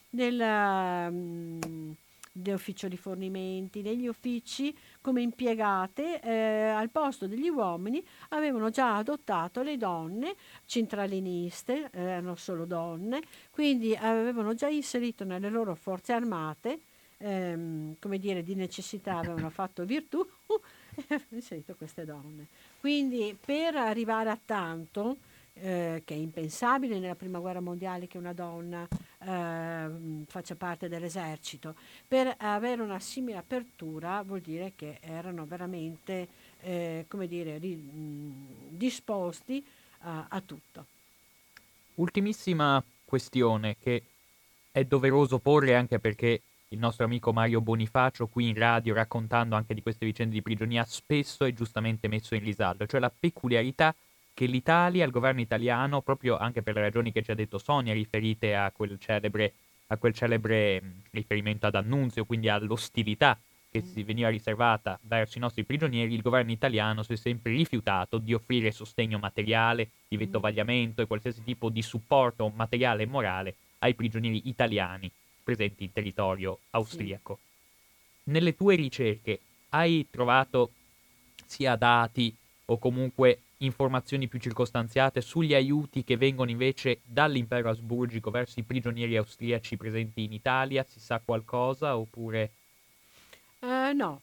dell'ufficio rifornimenti, negli uffici come impiegate al posto degli uomini avevano già adottato le donne centraliniste, erano solo donne, quindi avevano già inserito nelle loro forze armate, come dire, di necessità avevano fatto virtù e avevano inserito queste donne. Quindi per arrivare a tanto, che è impensabile nella prima guerra mondiale che una donna faccia parte dell'esercito, per avere una simile apertura vuol dire che erano veramente come dire, disposti a tutto. Ultimissima questione che è doveroso porre anche perché il nostro amico Mario Bonifacio qui in radio, raccontando anche di queste vicende di prigionia, spesso è giustamente messo in risalto, cioè la peculiarità che l'Italia, il governo italiano, proprio anche per le ragioni che ci ha detto Sonia, riferite a quel celebre riferimento ad Annunzio, quindi all'ostilità che si veniva riservata verso i nostri prigionieri, il governo italiano si è sempre rifiutato di offrire sostegno materiale, di vettovagliamento e qualsiasi tipo di supporto materiale e morale ai prigionieri italiani presenti in territorio austriaco. Sì. Nelle tue ricerche hai trovato sia dati o comunque informazioni più circostanziate sugli aiuti che vengono invece dall'impero asburgico verso i prigionieri austriaci presenti in Italia? Si sa qualcosa oppure... No.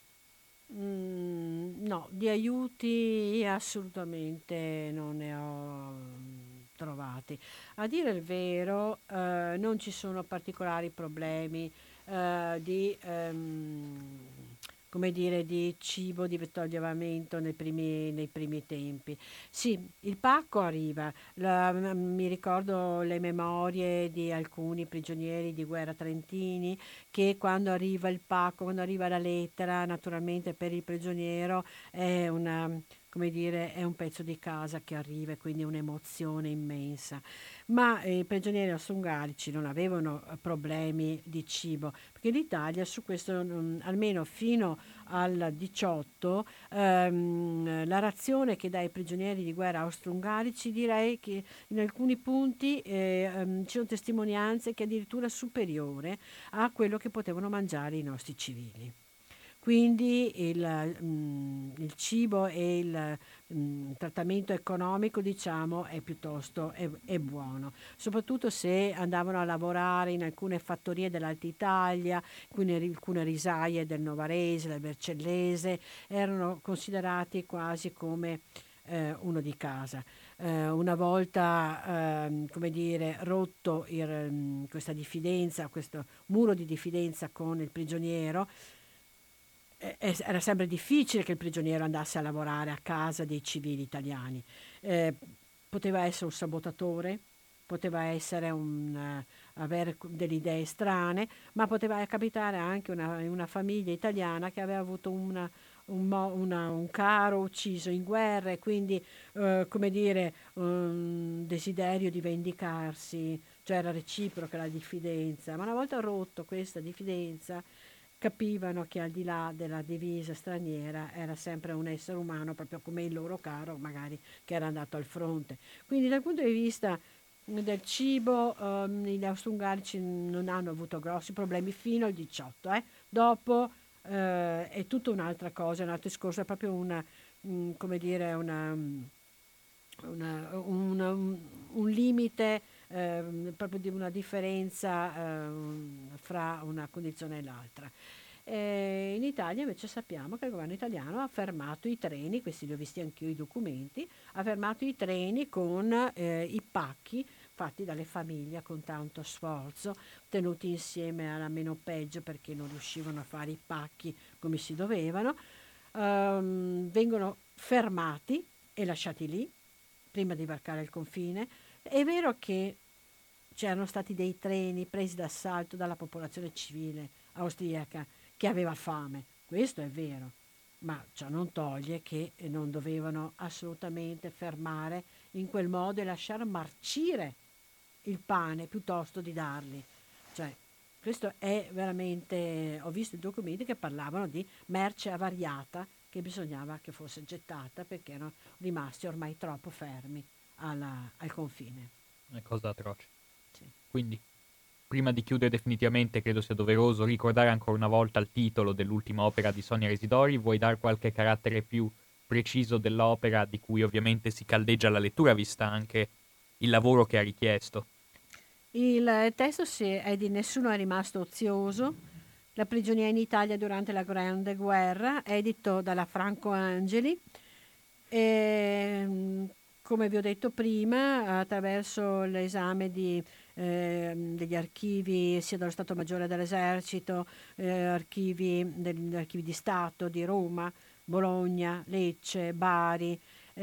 No, di aiuti assolutamente non ne ho trovati. A dire il vero, non ci sono particolari problemi come dire, di cibo, di vettogliamento nei primi tempi. Sì, il pacco arriva. Mi ricordo le memorie di alcuni prigionieri di guerra trentini che quando arriva il pacco, quando arriva la lettera, naturalmente per il prigioniero è come dire, è un pezzo di casa che arriva e quindi un'emozione immensa. Ma i prigionieri austro-ungarici non avevano problemi di cibo, perché l'Italia su questo, almeno fino al 18, la razione che dà ai prigionieri di guerra austro-ungarici direi che in alcuni punti ci sono testimonianze che è addirittura superiore a quello che potevano mangiare i nostri civili. Quindi il cibo e il trattamento economico, diciamo, è piuttosto è buono, soprattutto se andavano a lavorare in alcune fattorie dell'Alta Italia, alcune risaie del Novarese, del Vercellese, erano considerati quasi come uno di casa. Una volta, come dire, rotto questa diffidenza, questo muro di diffidenza con il prigioniero, era sempre difficile che il prigioniero andasse a lavorare a casa dei civili italiani. Poteva essere un sabotatore, poteva essere avere delle idee strane, ma poteva capitare anche una famiglia italiana che aveva avuto un caro ucciso in guerra e quindi, come dire, un desiderio di vendicarsi, cioè era reciproca la diffidenza, ma una volta rotto questa diffidenza capivano che al di là della divisa straniera era sempre un essere umano, proprio come il loro caro, magari che era andato al fronte. Quindi dal punto di vista del cibo, gli austro-ungarici non hanno avuto grossi problemi fino al 18. Dopo è tutta un'altra cosa, un altro discorso, è proprio come dire, un limite, proprio di una differenza fra una condizione e l'altra. In Italia invece sappiamo che il governo italiano ha fermato i treni, questi li ho visti anch'io i documenti, ha fermato i treni con i pacchi fatti dalle famiglie con tanto sforzo, tenuti insieme alla meno peggio perché non riuscivano a fare i pacchi come si dovevano, vengono fermati e lasciati lì prima di varcare il confine. È vero che c'erano stati dei treni presi d'assalto dalla popolazione civile austriaca che aveva fame, questo è vero, ma ciò non toglie che non dovevano assolutamente fermare in quel modo e lasciar marcire il pane piuttosto di darli. Cioè, questo è veramente, ho visto i documenti che parlavano di merce avariata che bisognava che fosse gettata perché erano rimasti ormai troppo fermi al confine. È cosa atroce. Sì. Quindi, prima di chiudere definitivamente, credo sia doveroso ricordare ancora una volta il titolo dell'ultima opera di Sonia Residori. Vuoi dare qualche carattere più preciso dell'opera, di cui ovviamente si caldeggia la lettura, vista anche il lavoro che ha richiesto? Il testo è di Nessuno è rimasto ozioso, la prigionia in Italia durante la Grande Guerra, edito dalla Franco Angeli. E, come vi ho detto prima, attraverso l'esame degli archivi sia dello Stato Maggiore dell'Esercito, degli archivi di Stato di Roma, Bologna, Lecce, Bari,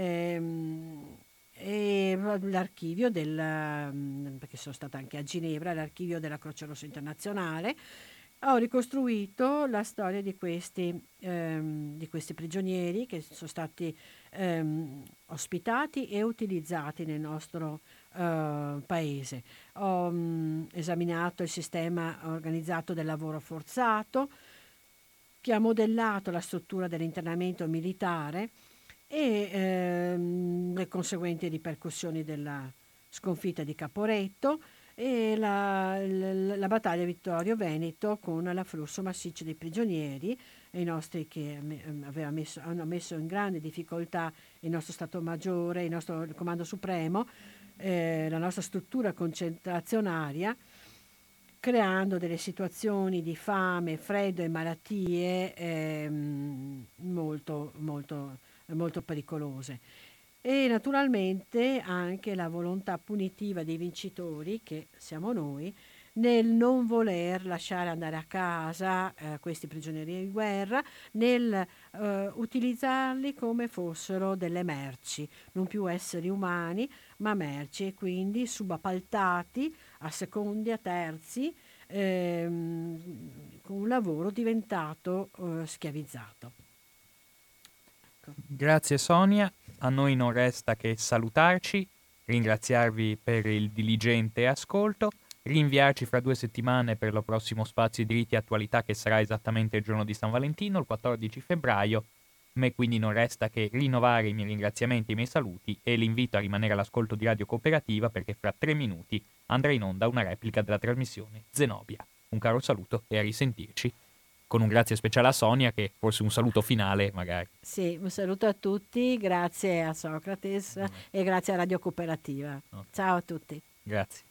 e l'archivio perché sono stata anche a Ginevra, l'archivio della Croce Rossa Internazionale, ho ricostruito la storia di questi prigionieri che sono stati ospitati e utilizzati nel nostro paese. Ho esaminato il sistema organizzato del lavoro forzato, che ha modellato la struttura dell'internamento militare e le conseguenti ripercussioni della sconfitta di Caporetto e la battaglia Vittorio Veneto con l'afflusso massiccio dei prigionieri e i nostri che hanno messo in grande difficoltà il nostro Stato Maggiore, il Comando Supremo, la nostra struttura concentrazionaria, creando delle situazioni di fame, freddo e malattie molto, molto, molto pericolose. E naturalmente anche la volontà punitiva dei vincitori, che siamo noi, nel non voler lasciare andare a casa questi prigionieri di guerra, nel utilizzarli come fossero delle merci, non più esseri umani, ma merci, e quindi subappaltati a secondi, a terzi, con un lavoro diventato schiavizzato. Ecco. Grazie Sonia, a noi non resta che salutarci, ringraziarvi per il diligente ascolto, rinviarci fra 2 settimane per lo prossimo spazio Diritti e Attualità, che sarà esattamente il giorno di San Valentino, il 14 febbraio. A me quindi non resta che rinnovare i miei ringraziamenti e i miei saluti e l'invito a rimanere all'ascolto di Radio Cooperativa, perché fra 3 minuti andrà in onda una replica della trasmissione Zenobia. Un caro saluto e a risentirci. Con un grazie speciale a Sonia, che forse un saluto finale magari. Sì, un saluto a tutti, grazie a Socrates e grazie a Radio Cooperativa. Okay. Ciao a tutti. Grazie.